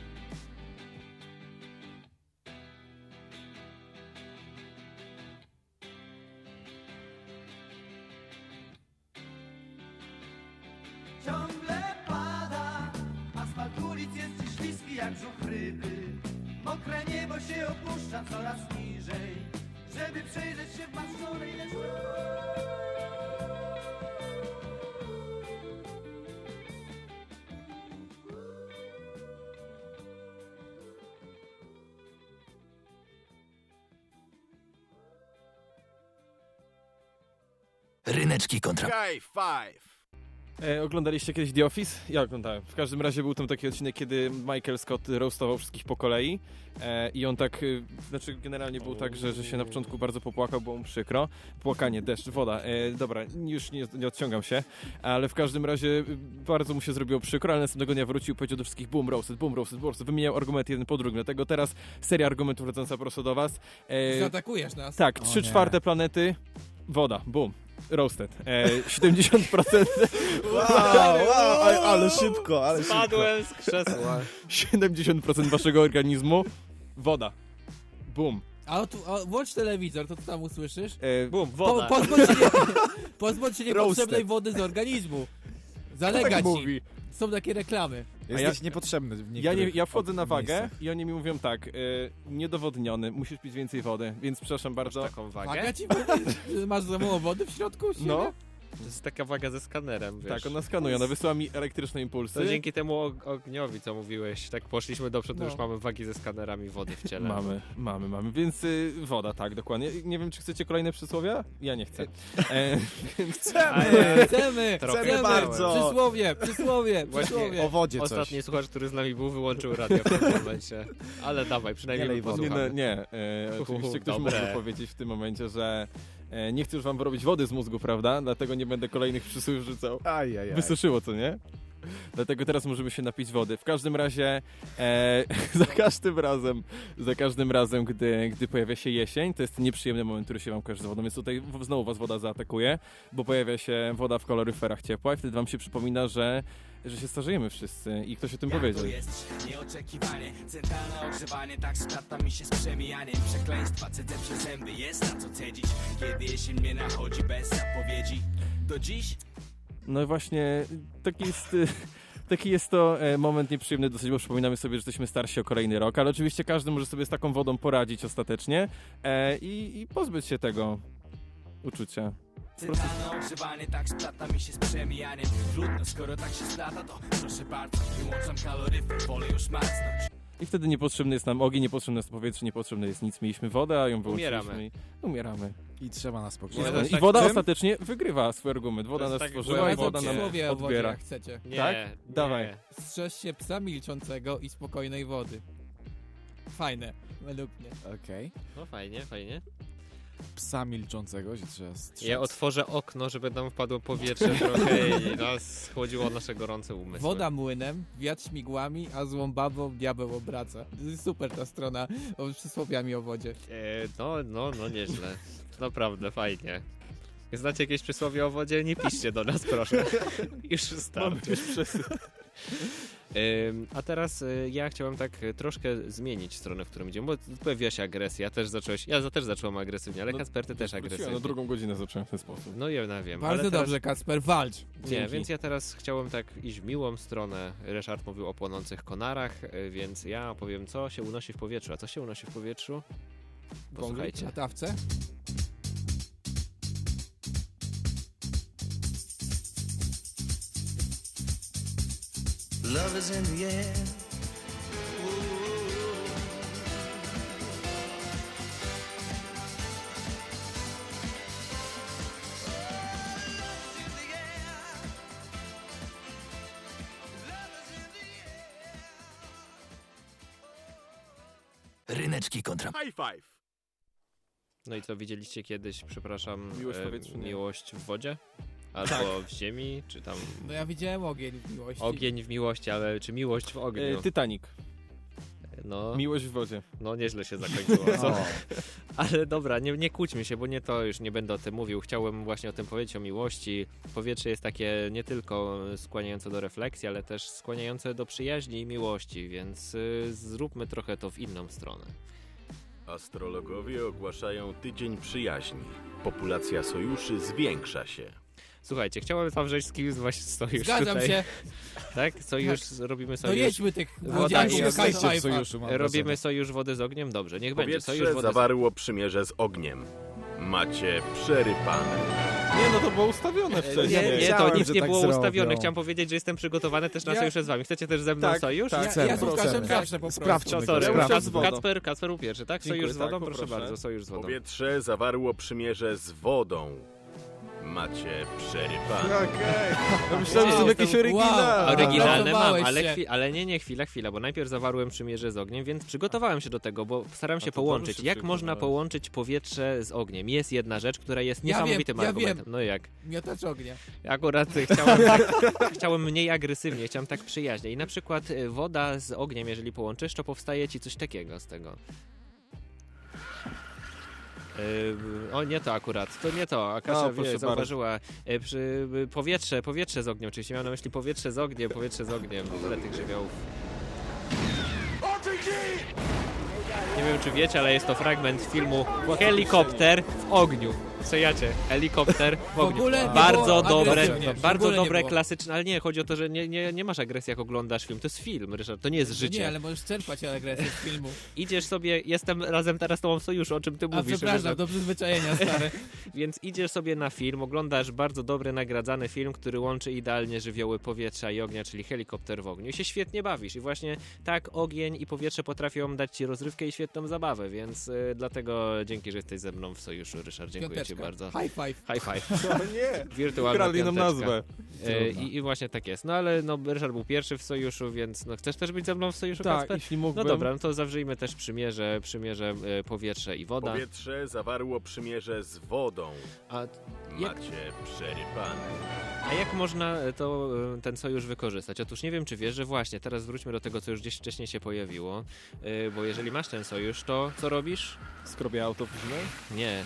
Ciągle pada, asfalt ulic jest dziś śliski jak brzuch ryby. Mokre niebo się opuszcza coraz niżej, żeby przejrzeć się w marszczonej lecz... Ryneczki kontra... High five! Oglądaliście kiedyś The Office? Ja oglądałem. W każdym razie był tam taki odcinek, kiedy Michael Scott roastował wszystkich po kolei i on tak, znaczy generalnie był tak, że się na początku bardzo popłakał, było mu przykro. Płakanie, deszcz, woda. Dobra, już nie odciągam się, ale w każdym razie bardzo mu się zrobiło przykro, ale następnego dnia wrócił i powiedział do wszystkich boom roasted, boom roasted, boom roasted. Wymieniał argumenty jeden po drugim, dlatego teraz seria argumentów lecąca prosto do was. Zaatakujesz nas. Tak, 3/4 planety, woda, boom. Roasted. 70%. Ale szybko, ale Spadłem z krzesła. 70% waszego organizmu, woda. Boom. Włącz telewizor, to co tam usłyszysz? Boom, woda. Pozbądź się niepotrzebnej wody z organizmu. Zalega tak ci. mówi? Są takie reklamy. Jesteś niepotrzebny w niektórych Ja wchodzę na wagę miejscach. i oni mi mówią tak, niedowodniony, musisz pić więcej wody, więc przepraszam bardzo. Taką wagę? Waga ci mówi? Masz za mało wody w środku? No. To jest taka waga ze skanerem, wiesz. Tak, ona skanuje, ona wysyła mi elektryczne impulsy. To dzięki temu ogniowi, co mówiłeś, tak poszliśmy do przodu, No. już mamy wagi ze skanerami wody w ciele. Mamy, więc woda, tak, dokładnie. Nie wiem, czy chcecie kolejne przysłowia? Ja nie chcę. Chcemy bardzo. Przysłowie. O wodzie coś. Ostatni słuchacz, który z nami był, wyłączył radio w tym momencie. Ale dawaj, przynajmniej my posłuchamy. Nie, oczywiście ktoś może powiedzieć w tym momencie, że nie chcę już wam wyrobić wody z mózgu, prawda? Dlatego nie będę kolejnych przysłów rzucał. Wysuszyło, co nie? Dlatego teraz możemy się napić wody. W każdym razie za każdym razem, gdy pojawia się jesień, to jest nieprzyjemny moment, który się wam kojarzy z wodą, więc tutaj znowu was woda zaatakuje, bo pojawia się woda w koloryferach ciepła i wtedy wam się przypomina, że się starzejemy wszyscy i ktoś o tym powiedział. To jest nieoczekiwanie, centralne ogrzewanie, tak splata mi się z przemijaniem. Przekleństwa cedzę przez zęby, jest na co cedzić, kiedy jesień mnie nachodzi bez zapowiedzi. Do dziś? No i właśnie taki jest to moment nieprzyjemny dosyć, bo przypominamy sobie, że jesteśmy starsi o kolejny rok, ale oczywiście każdy może sobie z taką wodą poradzić ostatecznie i pozbyć się tego uczucia. Centralne ogrzewanie, tak splata mi się z przemijaniem. Trudno, skoro tak się splata, to proszę bardzo, wyłączam kaloryfer, wolę już marznąć. I wtedy niepotrzebny jest nam ogień, niepotrzebne jest powietrze, niepotrzebne jest nic. Mieliśmy wodę, a ją wyłączyliśmy. Umieramy. I umieramy. I trzeba nas I pogrzebać. woda ostatecznie wygrywa swój argument. Woda To nas jest tak stworzyła i Powiedzą woda nam przysłowie o wodzie, odbiera. jak chcecie. Nie, Tak? nie. Dawaj. Strzeż się psa milczącego i spokojnej wody. Fajne, według mnie. Okej. No fajnie, fajnie. Psa milczącego się trzeba strzec. Ja otworzę okno, żeby nam wpadło powietrze trochę i nas schłodziło nasze gorące umysły. Woda młynem, wiatr śmigłami, a złą babą diabeł obraca. To jest super ta strona o przysłowiami o wodzie. No, nieźle. Naprawdę, fajnie. Znacie jakieś przysłowie o wodzie? Nie piszcie do nas, proszę. Już starczy. A teraz ja chciałem tak troszkę zmienić stronę, w którą idziemy, bo pojawiła się agresja, ja też zacząłem agresywnie, ale Kacper, ty też agresywnie. No drugą godzinę zacząłem w ten sposób. No ja wiem. Bardzo ale dobrze, Kacper, walcz. Nie, Dzięki. więc ja teraz chciałem tak iść w miłą stronę. Ryszard mówił o płonących konarach, więc ja opowiem, co się unosi w powietrzu. A co się unosi w powietrzu? Posłuchajcie. Na tawce? Love is in the air. Ryneczki kontra... High five! No i co, widzieliście kiedyś, przepraszam, Miłość w powietrzu, nie. miłość w wodzie? Albo w ziemi, czy tam... No ja widziałem ogień w miłości. Ogień w miłości, ale czy miłość w ogniu? Titanic. No, Miłość w wodzie. no nieźle się zakończyło, co? Ale dobra, nie kłóćmy się, bo nie to już nie będę o tym mówił. Chciałem właśnie o tym powiedzieć, o miłości. Powietrze jest takie nie tylko skłaniające do refleksji, ale też skłaniające do przyjaźni i miłości, więc zróbmy trochę to w inną stronę. Astrologowie ogłaszają tydzień przyjaźni. Populacja sojuszy zwiększa się. Słuchajcie, chciałem zawrzeć z kimś właśnie sojusz Zgadzam tutaj. się. Tak? Sojusz, robimy sojusz. No jedźmy tych Woda młodziaków i do ognia. high five'a. Robimy sojusz wody z ogniem? Dobrze, niech będzie. Sojusz Powietrze wody zawarło przymierze z ogniem. Macie przerypane. Nie, no to było ustawione wcześniej. Nie, to nic nie tak było zrobią. ustawione. Chciałem powiedzieć, że jestem przygotowany też na sojusze z wami. Chcecie też ze mną Tak, sojusz? tak. Ja z Łukaszem zawsze po prostu. Sprawdźmy Co, go, sorry, sprawdźmy z wodą. Kacper był pierwszy, tak? Dziękuję, Sojusz z wodą? tak, Proszę poproszę. bardzo, sojusz z wodą. Powietrze zawarło przymierze z wodą. Macie przerypane. Okej. Ja myślałem, że są jakieś Wow. oryginalne. Oryginalne mam, Pracowałeś ale, się. ale nie, chwila, bo najpierw zawarłem przymierze z ogniem, więc przygotowałem się do tego, bo staram się to połączyć. dobrze się Jak można przygotowałeś. połączyć powietrze z ogniem? Jest jedna rzecz, która jest niesamowitym ja argumentem. wiem. No jak? Miotacz ognia. Akurat chciałem mniej agresywnie, chciałem tak przyjaźnie. I na przykład woda z ogniem, jeżeli połączysz, to powstaje ci coś takiego z tego. O, nie to akurat, to nie to. Akasia proszę zauważyła. Powietrze z ogniem, oczywiście miałem na myśli powietrze z ogniem, tyle tych żywiołów. Nie wiem, czy wiecie, ale jest to fragment filmu Helikopter w ogniu. Cojacie? Helikopter w ogniu. ogóle nie Bardzo było dobre, agresywnie. W bardzo ogóle nie dobre, było. klasyczne, ale nie, chodzi o to, że nie masz agresji, jak oglądasz film. To jest film, Ryszard, to nie jest życie. Nie, ale możesz czerpać agresję z filmu. Idziesz sobie, jestem razem teraz z tobą w sojuszu, o czym ty A mówisz. przepraszam, Ryszard. do przyzwyczajenia, stary. Więc idziesz sobie na film, oglądasz bardzo dobry, nagradzany film, który łączy idealnie żywioły powietrza i ognia, czyli Helikopter w ogniu. I się świetnie bawisz. I właśnie tak ogień i powietrze potrafią dać ci rozrywkę i świetną zabawę, więc dlatego dzięki, że jesteś ze mną w sojuszu, Ryszard. Dziękuję Piąteczka. ci bardzo. High five. High five. No nie. Wirtualna Kradli nam piąteczka. nazwę. I właśnie tak jest. No ale no, Ryszard był pierwszy w sojuszu, więc no, chcesz też być ze mną w sojuszu, Tak, Kacper? jeśli mógłbym. No dobra, no to zawrzyjmy też przymierze powietrze i woda. Powietrze zawarło przymierze z wodą. A Macie przerypane. A jak można ten sojusz wykorzystać? Otóż nie wiem, czy wiesz, że właśnie, teraz wróćmy do tego, co już gdzieś wcześniej się pojawiło, bo jeżeli masz ten sojusz, to co robisz? Skrobię auto później? Nie.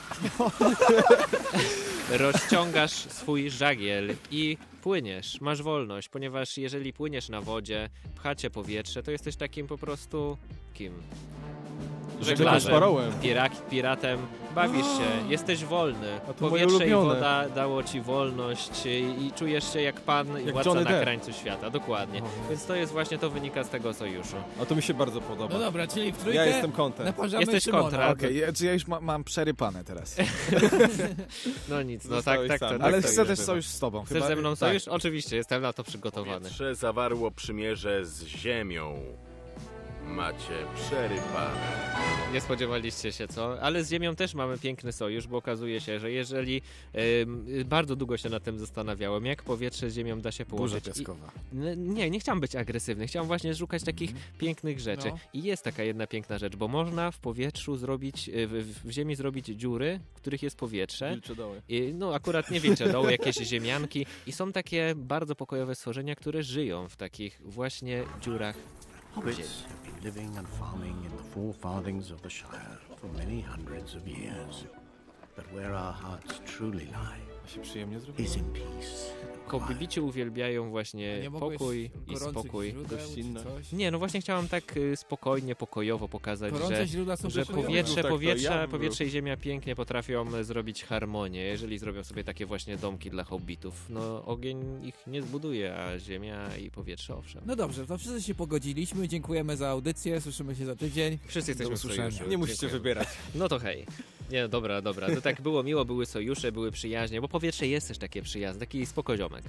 Rozciągasz swój żagiel i płyniesz, masz wolność, ponieważ jeżeli płyniesz na wodzie, pchacie powietrze, to jesteś takim po prostu kim? Żeglarzem. Piratem, bawisz się, jesteś wolny. A to moje Powietrze i ulubione. woda dało ci wolność i czujesz się jak pan i Jak władca Johnny na Depp. krańcu świata, dokładnie. Więc to jest właśnie, to wynika z tego sojuszu. A to mi się bardzo podoba. No dobra, czyli w trójkę Ja jestem kontem. naparzamy Jesteś Szymona. kontra. Okej, ja już mam przerypane teraz. No nic, no Zostałeś tak sam. to Ale to chcę już też bywa. sojusz z tobą. Chcesz Chyba, ze mną tak. sojusz? Oczywiście, jestem na to przygotowany. Powietrze zawarło przymierze z ziemią. macie przerypane. Nie spodziewaliście się, co? Ale z Ziemią też mamy piękny sojusz, bo okazuje się, że jeżeli bardzo długo się nad tym zastanawiałem, jak powietrze z Ziemią da się połączyć. Burza piaskowa. Nie chciałem być agresywny, chciałem właśnie szukać takich pięknych rzeczy. No. I jest taka jedna piękna rzecz, bo można w powietrzu zrobić, w Ziemi zrobić dziury, w których jest powietrze. Wilcze doły. No akurat nie wilcze doły, jakieś ziemianki. I są takie bardzo pokojowe stworzenia, które żyją w takich właśnie dziurach. Hobbits have been living and farming in the forefathings of the Shire for many hundreds of years. But where our hearts truly lie się przyjemnie zrobiło. is in peace. Hobbici uwielbiają właśnie Nie mogłeś pokój i gorących spokój. źródeł czy coś? Nie, no właśnie chciałem tak spokojnie, pokojowo pokazać, Gorące źródła są że pokojowe. powietrze i ziemia pięknie potrafią zrobić harmonię, jeżeli zrobią sobie takie właśnie domki dla hobbitów. No ogień ich nie zbuduje, a ziemia i powietrze owszem. No dobrze, to wszyscy się pogodziliśmy, dziękujemy za audycję, słyszymy się za tydzień. Wszyscy jesteśmy w sojuszu. Nie musicie wybierać. No to hej. Nie, dobra. To tak było miło, były sojusze, były przyjaźnie, bo powietrze jest też takie przyjazne, taki spokoziomek.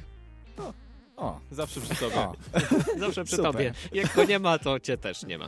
O, zawsze przy sobie. Zawsze przy Super. tobie. Jak go nie ma, to cię też nie ma.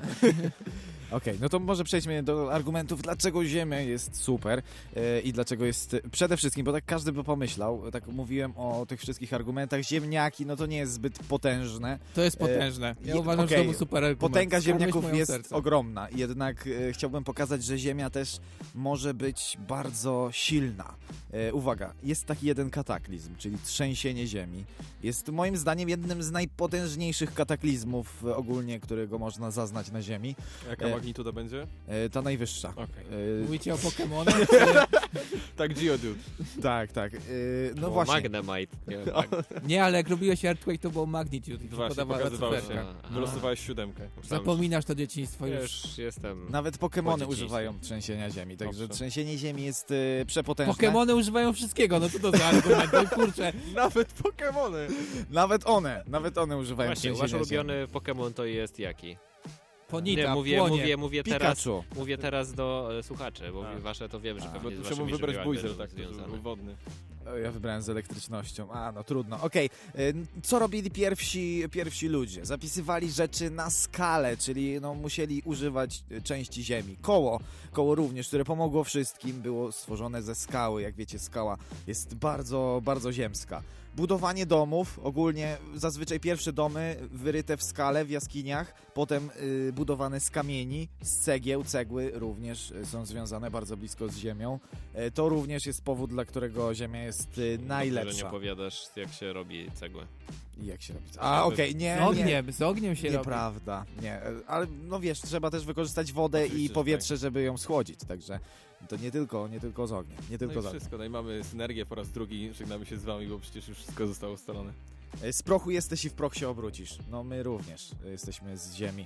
Okej, no to może przejdźmy do argumentów, dlaczego Ziemia jest super i dlaczego jest przede wszystkim, bo tak każdy by pomyślał, tak mówiłem o tych wszystkich argumentach, ziemniaki, no to nie jest zbyt potężne. To jest potężne. Ja uważam, że to był super argument. Potęga ziemniaków Skradłeś moje jest serce. ogromna, jednak chciałbym pokazać, że Ziemia też może być bardzo silna. Uwaga, jest taki jeden kataklizm, czyli trzęsienie Ziemi. Jest moim zdaniem jednym z najpotężniejszych kataklizmów ogólnie, którego można zaznać na Ziemi. Jaka magnituda będzie? Ta najwyższa. Okay. Mówicie o Pokemonach? Tak, Geodude. Tak. No Było właśnie. Magnemite. Nie, ale jak robiłeś Earthquake, to było Magnitude. Właśnie, pokazywało się. Wylosowałeś 7. Zapominasz to dzieciństwo już. Już jestem. Nawet Pokemony używają trzęsienia Ziemi, także trzęsienie Ziemi jest przepotężne. Pokemony używają wszystkiego, no co to za argument, no kurczę. Nawet Pokemony. Nawet one używają Właśnie, trzęsienia wasz Ziemi. ulubiony Pokémon to jest jaki? Ponita, Nie, mówię Pikachu. teraz do słuchaczy, bo wasze to wiem, że pewnie z Muszę waszymi mu wybrać żywiołami Buizel, będą tak, to związane. był wodny. Ja wybrałem z elektrycznością. No trudno. Okej. Co robili pierwsi ludzie? Zapisywali rzeczy na skalę, czyli musieli używać części ziemi. Koło również, które pomogło wszystkim, było stworzone ze skały. Jak wiecie, skała jest bardzo, bardzo ziemska. Budowanie domów, ogólnie zazwyczaj pierwsze domy wyryte w skale w jaskiniach, potem budowane z kamieni, z cegieł. Cegły również są związane bardzo blisko z ziemią. To również jest powód, dla którego ziemia jest najlepsza. Że nie opowiadasz, jak się robi cegłę. Jak się robi? Okej, nie. Z ogniem się robi. Nieprawda, nie. Ale no wiesz, trzeba też wykorzystać wodę i powietrze, żeby ją schłodzić, także to nie tylko z ogniem. Nie tylko z ogniem. Wszystko, no i mamy synergię po raz drugi, żegnamy się z wami, bo przecież już wszystko zostało ustalone. Z prochu jesteś i w proch się obrócisz. No my również jesteśmy z ziemi.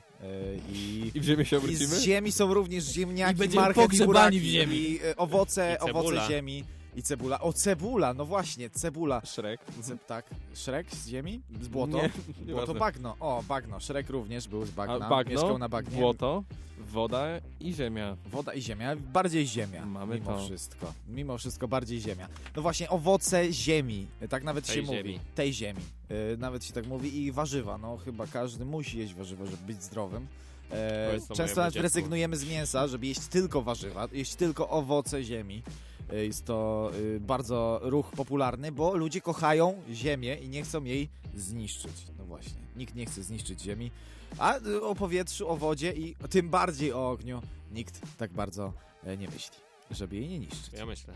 I w ziemi się obrócimy? I z ziemi są również ziemniaki, I będziemy marchew i pogrzebani buraki, w ziemi. I owoce ziemi. I cebula. O, cebula, no właśnie, cebula. Shrek. Tak. Shrek z ziemi? Z błoto? Nie, Błoto, bagno. O, bagno. Shrek również był z bagna. Bagno, mieszkał na bagnie. błoto, woda i ziemia. Woda i ziemia, bardziej ziemia. Mamy mimo to. wszystko. Mimo wszystko bardziej ziemia. No właśnie, owoce ziemi. Tak nawet Tej się ziemi. mówi. Tej ziemi. Nawet się tak mówi. I warzywa. No chyba każdy musi jeść warzywa, żeby być zdrowym. Powiedz to Często mojemu nawet dziecku. rezygnujemy z mięsa, żeby jeść tylko warzywa, jeść tylko owoce ziemi. Jest to bardzo ruch popularny, bo ludzie kochają ziemię i nie chcą jej zniszczyć. No właśnie, nikt nie chce zniszczyć ziemi, a o powietrzu, o wodzie i tym bardziej o ogniu nikt tak bardzo nie myśli, żeby jej nie niszczyć.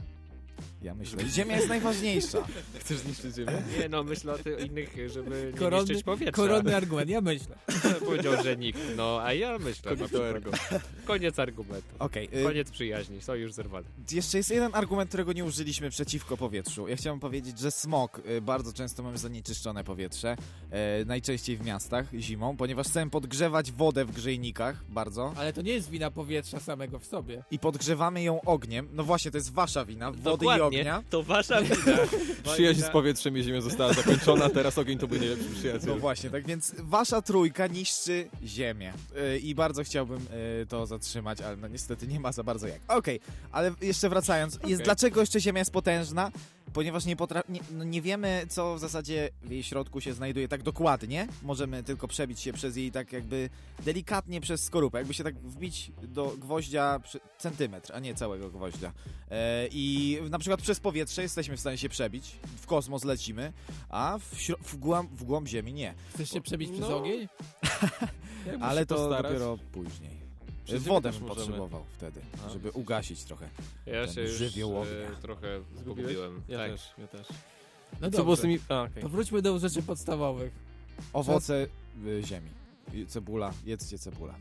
Ja myślę. Ziemia jest najważniejsza. Chcesz zniszczyć ziemię? Nie, no myślę o tych innych, żeby nie Koronny- niszczyć powietrza. koronny argument, ja myślę. Powiedział, że nikt. No, a ja myślę. Cognito ergo. Koniec argumentu. Okej, Koniec przyjaźni. Sojusz zerwany. Jeszcze jest jeden argument, którego nie użyliśmy przeciwko powietrzu. Ja chciałem powiedzieć, że smog bardzo często mamy zanieczyszczone powietrze, najczęściej w miastach zimą, ponieważ chcemy podgrzewać wodę w grzejnikach bardzo. Ale to nie jest wina powietrza samego w sobie. I podgrzewamy ją ogniem. No właśnie, to jest wasza wina, wody i ognia. To wasza wina. Przyjaźń z powietrzem i ziemią została zakończona, teraz ogień to był najlepszy przyjaciel. No właśnie, tak więc wasza trójka niszczy ziemię. I bardzo chciałbym to zatrzymać, ale no niestety nie ma za bardzo jak. Okej, ale jeszcze wracając, dlaczego jeszcze ziemia jest potężna? ponieważ nie wiemy, co w zasadzie w jej środku się znajduje tak dokładnie. Możemy tylko przebić się przez jej tak jakby delikatnie przez skorupę. Jakby się tak wbić do gwoździa centymetr, a nie całego gwoździa. I na przykład przez powietrze jesteśmy w stanie się przebić, w kosmos lecimy, a w głąb Ziemi nie. Chcesz się przebić przez ogień? Ale to postarać. dopiero później. Przez Wodę ziemię bym też potrzebował wtedy, żeby ugasić trochę Ja ten się już żywioł ognia. trochę zgubiłem. Ja Tak. też. No Co było z tymi... To wróćmy do rzeczy podstawowych. Owoce ziemi. Cebula, jedzcie cebula.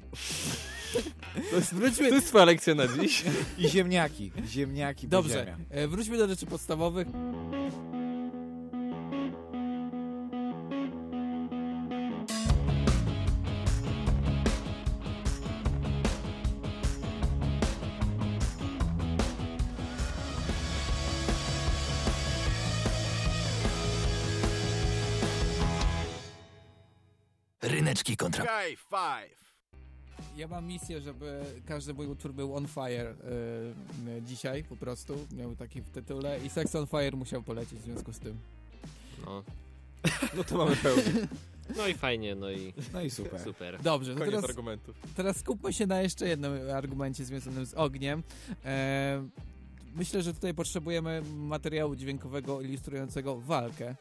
To jest twoja lekcja na dziś. I ziemniaki. Bo Dobrze, ziemia. wróćmy do rzeczy podstawowych. Ryneczki kontra... Sky 5. Ja mam misję, żeby każdy mój utwór był on fire dzisiaj po prostu. Miał taki w tytule i Sex on Fire musiał polecieć w związku z tym. No to mamy pełny. No i fajnie, no i super. Dobrze, to Koniec argumentów. Teraz skupmy się na jeszcze jednym argumencie związanym z ogniem. Myślę, że tutaj potrzebujemy materiału dźwiękowego ilustrującego walkę.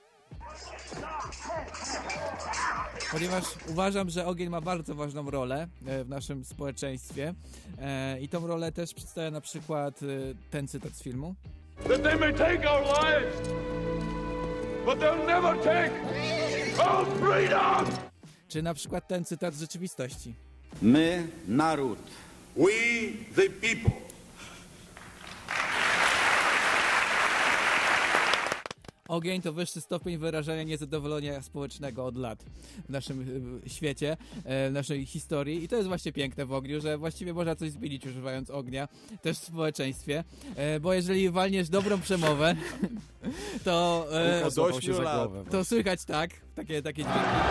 Ponieważ uważam, że ogień ma bardzo ważną rolę w naszym społeczeństwie i tą rolę też przedstawia na przykład ten cytat z filmu. That they may take our lives, but they'll never take our freedom! Czy na przykład ten cytat z rzeczywistości. My, naród. We, the people. Ogień to wyższy stopień wyrażania niezadowolenia społecznego od lat w naszym świecie, w naszej historii i to jest właśnie piękne w ogniu, że właściwie można coś zmienić używając ognia też w społeczeństwie, bo jeżeli walniesz dobrą przemowę, to to słychać takie dźwięki.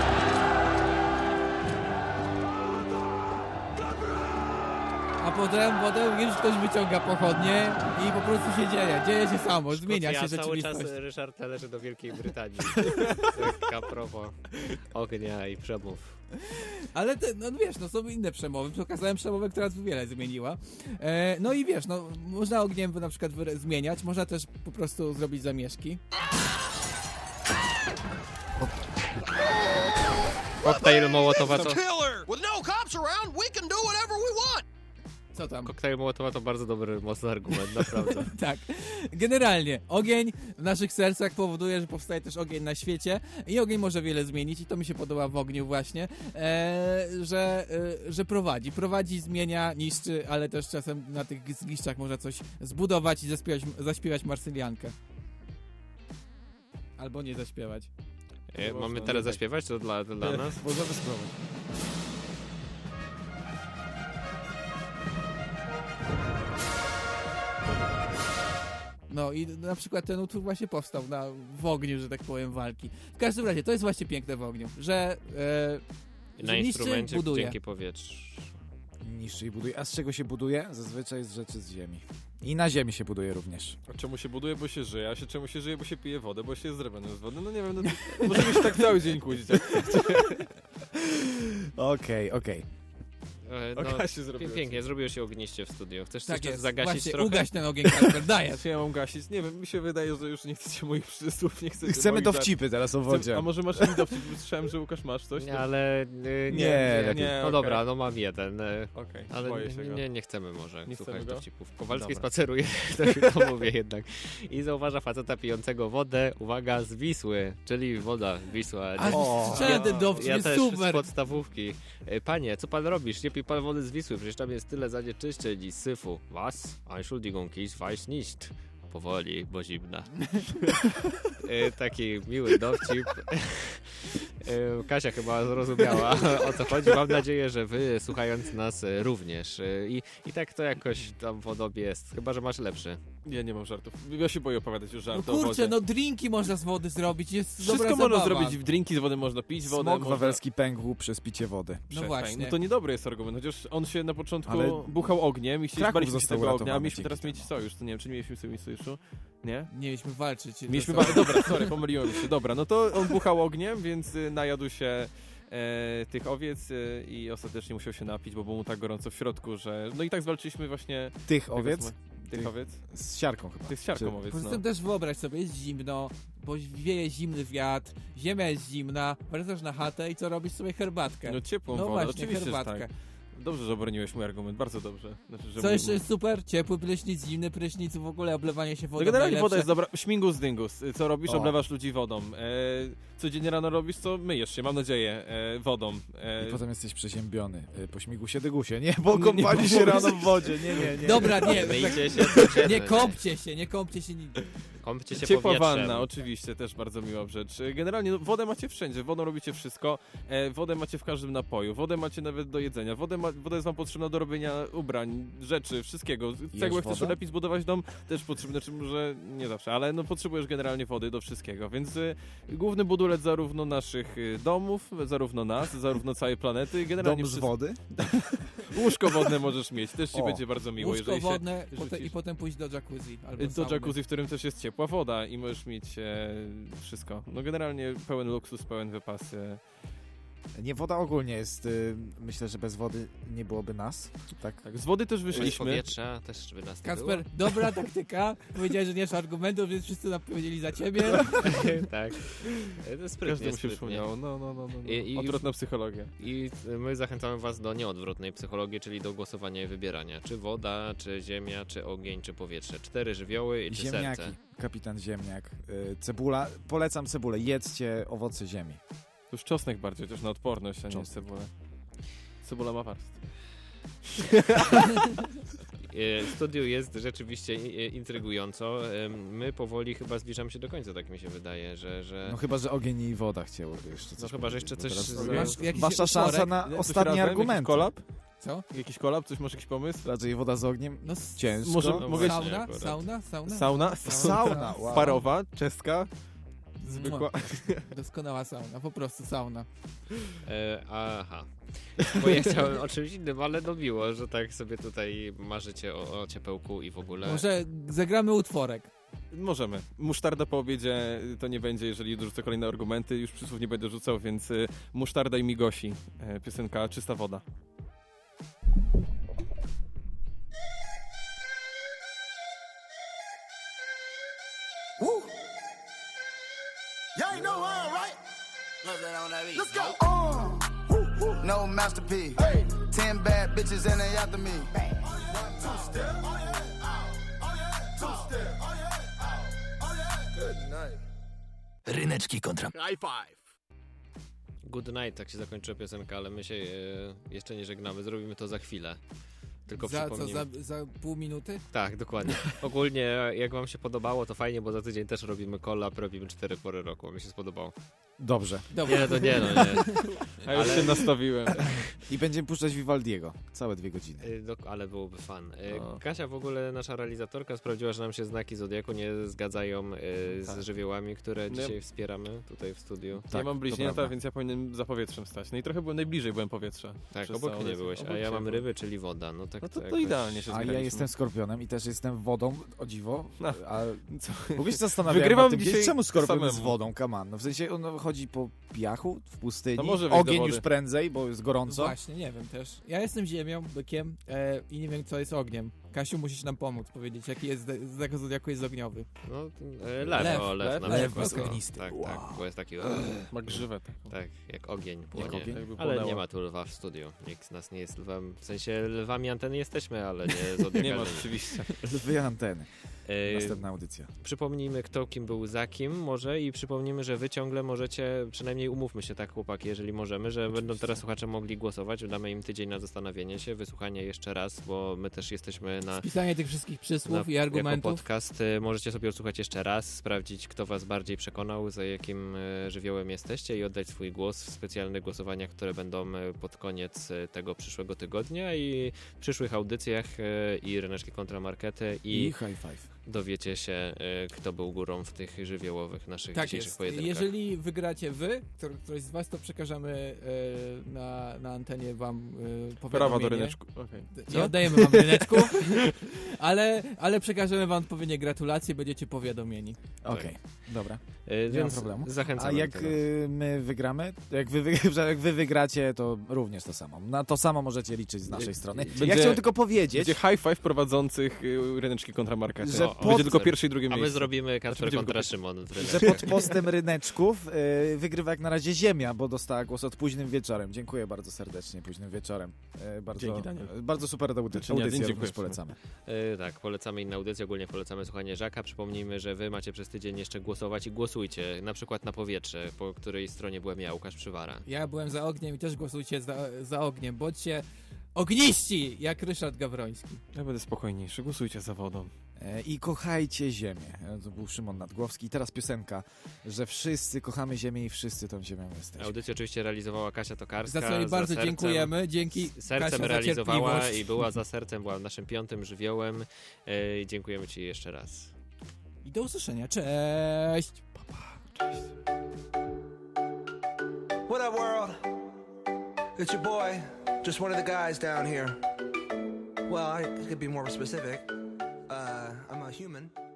A potem już ktoś wyciąga pochodnie i po prostu się dzieje się samo, zmienia się rzeczywistość. Cały czas Ryszard należy do Wielkiej Brytanii. Tak a propos ognia i przemów. Ale są inne przemowy. Pokazałem przemowę, która wiele zmieniła. No i można ogniem na przykład zmieniać, można też po prostu zrobić zamieszki. Koktajl Mołotowa to... With no cops around, we can do whatever we want. Co tam? Koktajl Mołotowa to bardzo dobry, mocny argument, naprawdę. Tak. Generalnie ogień w naszych sercach powoduje, że powstaje też ogień na świecie i ogień może wiele zmienić i to mi się podoba w ogniu właśnie, że prowadzi, zmienia, niszczy, ale też czasem na tych zgliszczach można coś zbudować i zaśpiewać Marsyliankę. Albo nie zaśpiewać. Mamy teraz zaśpiewać? To dla nas? Możemy spróbować. No i na przykład ten utwór właśnie powstał w ogniu, że tak powiem, walki. W każdym razie, to jest właśnie piękne w ogniu, że na niszczy, instrumencie buduje. dzięki powietrzu. Niszczy i buduje. A z czego się buduje? Zazwyczaj z rzeczy z ziemi. I na ziemi się buduje również. A czemu się buduje? Bo się żyje. A czemu się żyje? Bo się pije wodę, bo się jest zrobione z wody. No nie wiem, możemy się tak cały dzień kłócić. Okej. Pięknie, zrobiło się ogniście w studio. Chcesz tak coś jest. zagasić Właśnie, trochę? ugaś ten ogień, Kasper, dajesz. Ja mam gasić? Nie wiem, mi się wydaje, że już nie chcecie moich przysłów, nie chcecie Chcemy moich dowcipy teraz o wodzie. A może masz inny dowcip? Słyszałem, że Łukasz masz coś? Nie, ale... Nie. No dobra, no mam jeden. Okej, ale boję się go. Nie chcemy może Nie słuchać chcemy go? dowcipów. Kowalski Dobra. spaceruje, to mówię jednak. I zauważa faceta pijącego wodę, uwaga, z Wisły, czyli woda Wisła. Ten dowcip Ja jest też super. z podstawówki. Panie, co pan robisz? Nie pij pan wody z Wisły, przecież tam jest tyle zanieczyszczeń i syfu. Was? Entschuldigung, ich weiß nicht. Powoli, bo zimna. Taki miły dowcip. Kasia chyba zrozumiała, o co chodzi. Mam nadzieję, że wy, słuchając nas, również. I tak to jakoś tam podobie jest. Chyba, że masz lepszy. Ja nie mam żartów. Ja się boję opowiadać już żart No o wodzie. kurczę, no drinki można z wody zrobić, jest Wszystko dobra można zabawa. zrobić w drinki z wody, można pić wodę. Smok wawelski pękł przez picie wody. No właśnie. No to niedobry jest argument, chociaż on się na początku Ale buchał ogniem i Kraków baliśmy się został tego ognia, a uratowany mieliśmy dzięki teraz temu. mieć sojusz, to nie wiem, czy nie mieliśmy sobie sojuszu. Nie? Nie mieliśmy walczyć. Mieliśmy dobra, sorry, pomyliłem się. Dobra, no to on buchał ogniem, więc najadł się tych owiec i ostatecznie musiał się napić, bo było mu tak gorąco w środku, że... No i tak zwalczyliśmy właśnie... Tych owiec? Tych owiec? Z siarką chyba. Tych z siarką owiec, Poza tym też wyobraź sobie, jest zimno, bo wieje zimny wiatr, ziemia jest zimna, wracasz na chatę i co robisz sobie herbatkę? No ciepłą no wodę, właśnie, oczywiście, herbatkę. że tak. Dobrze, że obroniłeś mój argument, bardzo dobrze. Znaczy, że Co jeszcze jest super? Ciepły prysznic, zimny prysznic, w ogóle oblewanie się wodą. No generalnie najlepsze. woda jest dobra. Śmigus dyngus. Co robisz? O. Oblewasz ludzi wodą. Codziennie rano robisz co? Myjesz się, mam nadzieję, wodą. I potem jesteś przeziębiony. Po śmigusie dygusie. Nie, bo kąpali się rano w wodzie. Nie. Dobra, nie. Myjcie się codziennie. Nie kąpcie się nigdy. Kąpcie się Ciepła powietrzem. wanna, oczywiście, też bardzo miła rzecz. Generalnie no, wodę macie wszędzie, wodą robicie wszystko, wodę macie w każdym napoju, wodę macie nawet do jedzenia, woda jest wam potrzebna do robienia ubrań, rzeczy, wszystkiego. Cegłę chcesz wodę? lepiej zbudować dom, też potrzebne, znaczy może nie zawsze, ale no potrzebujesz generalnie wody do wszystkiego, więc główny budulec zarówno naszych domów, zarówno nas, zarówno całej planety, generalnie Dom z wody? Łóżko wodne możesz mieć, też ci O. będzie bardzo miło, Łóżko jeżeli wodne się potem, i rzucisz. potem pójść do jacuzzi. Albo Do sauny. jacuzzi, w którym też jest ciepła woda i możesz mieć wszystko. No generalnie pełen luksus, pełen wypas. Nie, woda ogólnie jest... myślę, że bez wody nie byłoby nas. Tak. Z wody też Bez wyszliśmy. powietrza też by nas nie Kasper, dobra taktyka. Powiedziałeś, że nie masz argumentów, więc wszyscy nam powiedzieli za ciebie. Tak. To jest Każdemu sprytnie. się przypomniało. No. I Odwrotna psychologia. I my zachęcamy was do nieodwrotnej psychologii, czyli do głosowania i wybierania. Czy woda, czy ziemia, czy ogień, czy powietrze. 4 żywioły i 3 Ziemniaki. serce. Kapitan Ziemniak. Cebula. Polecam cebulę. Jedzcie owoce ziemi. To już czosnek bardziej, też na odporność, a nie cebulę. Cebula ma warstwę. Studiu jest rzeczywiście intrygująco. My powoli chyba zbliżamy się do końca, tak mi się wydaje, że... No chyba, że ogień i woda chciałyby jeszcze coś. No chyba, że jeszcze coś... Wasza szansa na ostatni argument. Jakiś kolab? Co? Jakiś kolab? Coś, masz jakiś pomysł? Raczej woda z ogniem? No, ciężko. Może mogę... Sauna? Wow. Parowa? Czestka? Zwykła? Doskonała sauna, po prostu sauna. Aha. Bo ja chciałem o czymś innym, ale no miło, że tak sobie tutaj marzycie o ciepełku i w ogóle... Może zagramy utworek. Możemy. Musztarda po obiedzie to nie będzie, jeżeli rzucę kolejne argumenty. Już przysłów nie będę rzucał, więc musztarda i migosi. Piosenka Czysta woda. Woo! Y'all ain't know why, right? Let's go. No masterpiece. 10 bad bitches and they after me. Ryneczki kontra... High five. Good night, tak się zakończyła piosenka, ale my się jeszcze nie żegnamy, zrobimy to za chwilę. Tylko Za co, przypomnijmy. za pół minuty? Tak, dokładnie. Ogólnie, jak wam się podobało, to fajnie, bo za tydzień też robimy collab, robimy 4 pory roku. Mi się spodobało. Dobrze. Nie, to nie, no nie. A już się nastawiłem. I będziemy puszczać Vivaldiego. Całe 2 godziny. Ale byłoby fan. Kasia w ogóle, nasza realizatorka, sprawdziła, że nam się znaki Zodiaku nie zgadzają z żywiołami, które dzisiaj wspieramy tutaj w studiu. Ja mam bliźnięta, więc ja powinienem za powietrzem stać. No i trochę najbliżej byłem powietrza. Tak, obok mnie byłeś, a ja mam ryby, czyli woda. No tak, no to jakoś... idealnie się A zgraliśmy. ja jestem skorpionem i też jestem wodą, o dziwo. No. A w ogóle się zastanawiałem Wygrywam nad tym, dzisiaj czemu skorpion jest samemu. wodą, come on. No w sensie on chodzi po piachu w pustyni, To może wejść do ogień wody. już prędzej, bo jest gorąco. Właśnie, nie wiem też. Ja jestem ziemią, bykiem i nie wiem, co jest ogniem. Kasiu, musisz nam pomóc, powiedzieć, jaki jest, z jakiego zodiaku jest ogniowy. No, lew na lew przykład. jest ognisty. Tak, tak, bo jest taki... Ma grzywę taką. Tak, jak ogień płonie. ogień? Jakby Ale płonęło. nie ma tu lwa w studiu. Nikt z nas nie jest lwem. W sensie lwami anteny jesteśmy, ale nie zodiakalnymi. Nie ma, oczywiście. Dwie anteny. Następna audycja. Przypomnijmy, kto kim był za kim może i przypomnijmy, że wy ciągle możecie, przynajmniej umówmy się tak, chłopaki, jeżeli możemy, że będą teraz słuchacze mogli głosować. Damy im tydzień na zastanowienie się, wysłuchanie jeszcze raz, bo my też jesteśmy na... Spisanie tych wszystkich przysłów i argumentów. Jako podcast możecie sobie odsłuchać jeszcze raz, sprawdzić, kto was bardziej przekonał, za jakim żywiołem jesteście i oddać swój głos w specjalnych głosowaniach, które będą pod koniec tego przyszłego tygodnia i w przyszłych audycjach i Ryneczki kontra Markety I High Five. dowiecie się, kto był górą w tych żywiołowych naszych Tak dzisiejszych jest. pojedynkach. Jeżeli wygracie wy, ktoś z was, to przekażemy na antenie wam powiadomienie. Prawa do ryneczku. Okay. Nie oddajemy wam ryneczków, ale przekażemy wam odpowiednie gratulacje, będziecie powiadomieni. Okej, dobra. Więc nie ma problemu. zachęcamy. A jak my wygramy, jak wy wygracie, to również to samo. Na to samo możecie liczyć z naszej strony. Ja chciałem tylko powiedzieć... Będzie high five prowadzących ryneczki kontra market. Że będzie tylko pierwsze i drugie miejsce. A my zrobimy Kacper kontra Szymon w ryneczku. Że pod postem ryneczków wygrywa jak na razie Ziemia, bo dostała głos od późnym wieczorem. Dziękuję bardzo serdecznie późnym wieczorem. Dzięki, Daniel. Bardzo super audycja również polecamy. Tak, polecamy inne audycje, ogólnie polecamy słuchanie Żaka. Przypomnijmy, że wy macie przez tydzień jeszcze głosować i głosujcie, na przykład na powietrze, po której stronie byłem ja, Łukasz Przywara. Ja byłem za ogniem i też głosujcie za ogniem. Bądźcie ogniści, jak Ryszard Gawroński. Ja będę spokojniejszy, głosujcie za wodą. I kochajcie Ziemię. To był Szymon Nadgłowski. I teraz piosenka, że wszyscy kochamy Ziemię i wszyscy tą Ziemią jesteśmy. Audycję oczywiście realizowała Kasia Tokarska. Za co jej bardzo dziękujemy. Dzięki, sercem Kasia, realizowała i była za sercem, była naszym 5. żywiołem. Dziękujemy ci jeszcze raz. I do usłyszenia. Cześć! Pa, pa. Cześć. What up, world? It's your boy, just one of the guys down here. Well, I could be more specific. I'm a human.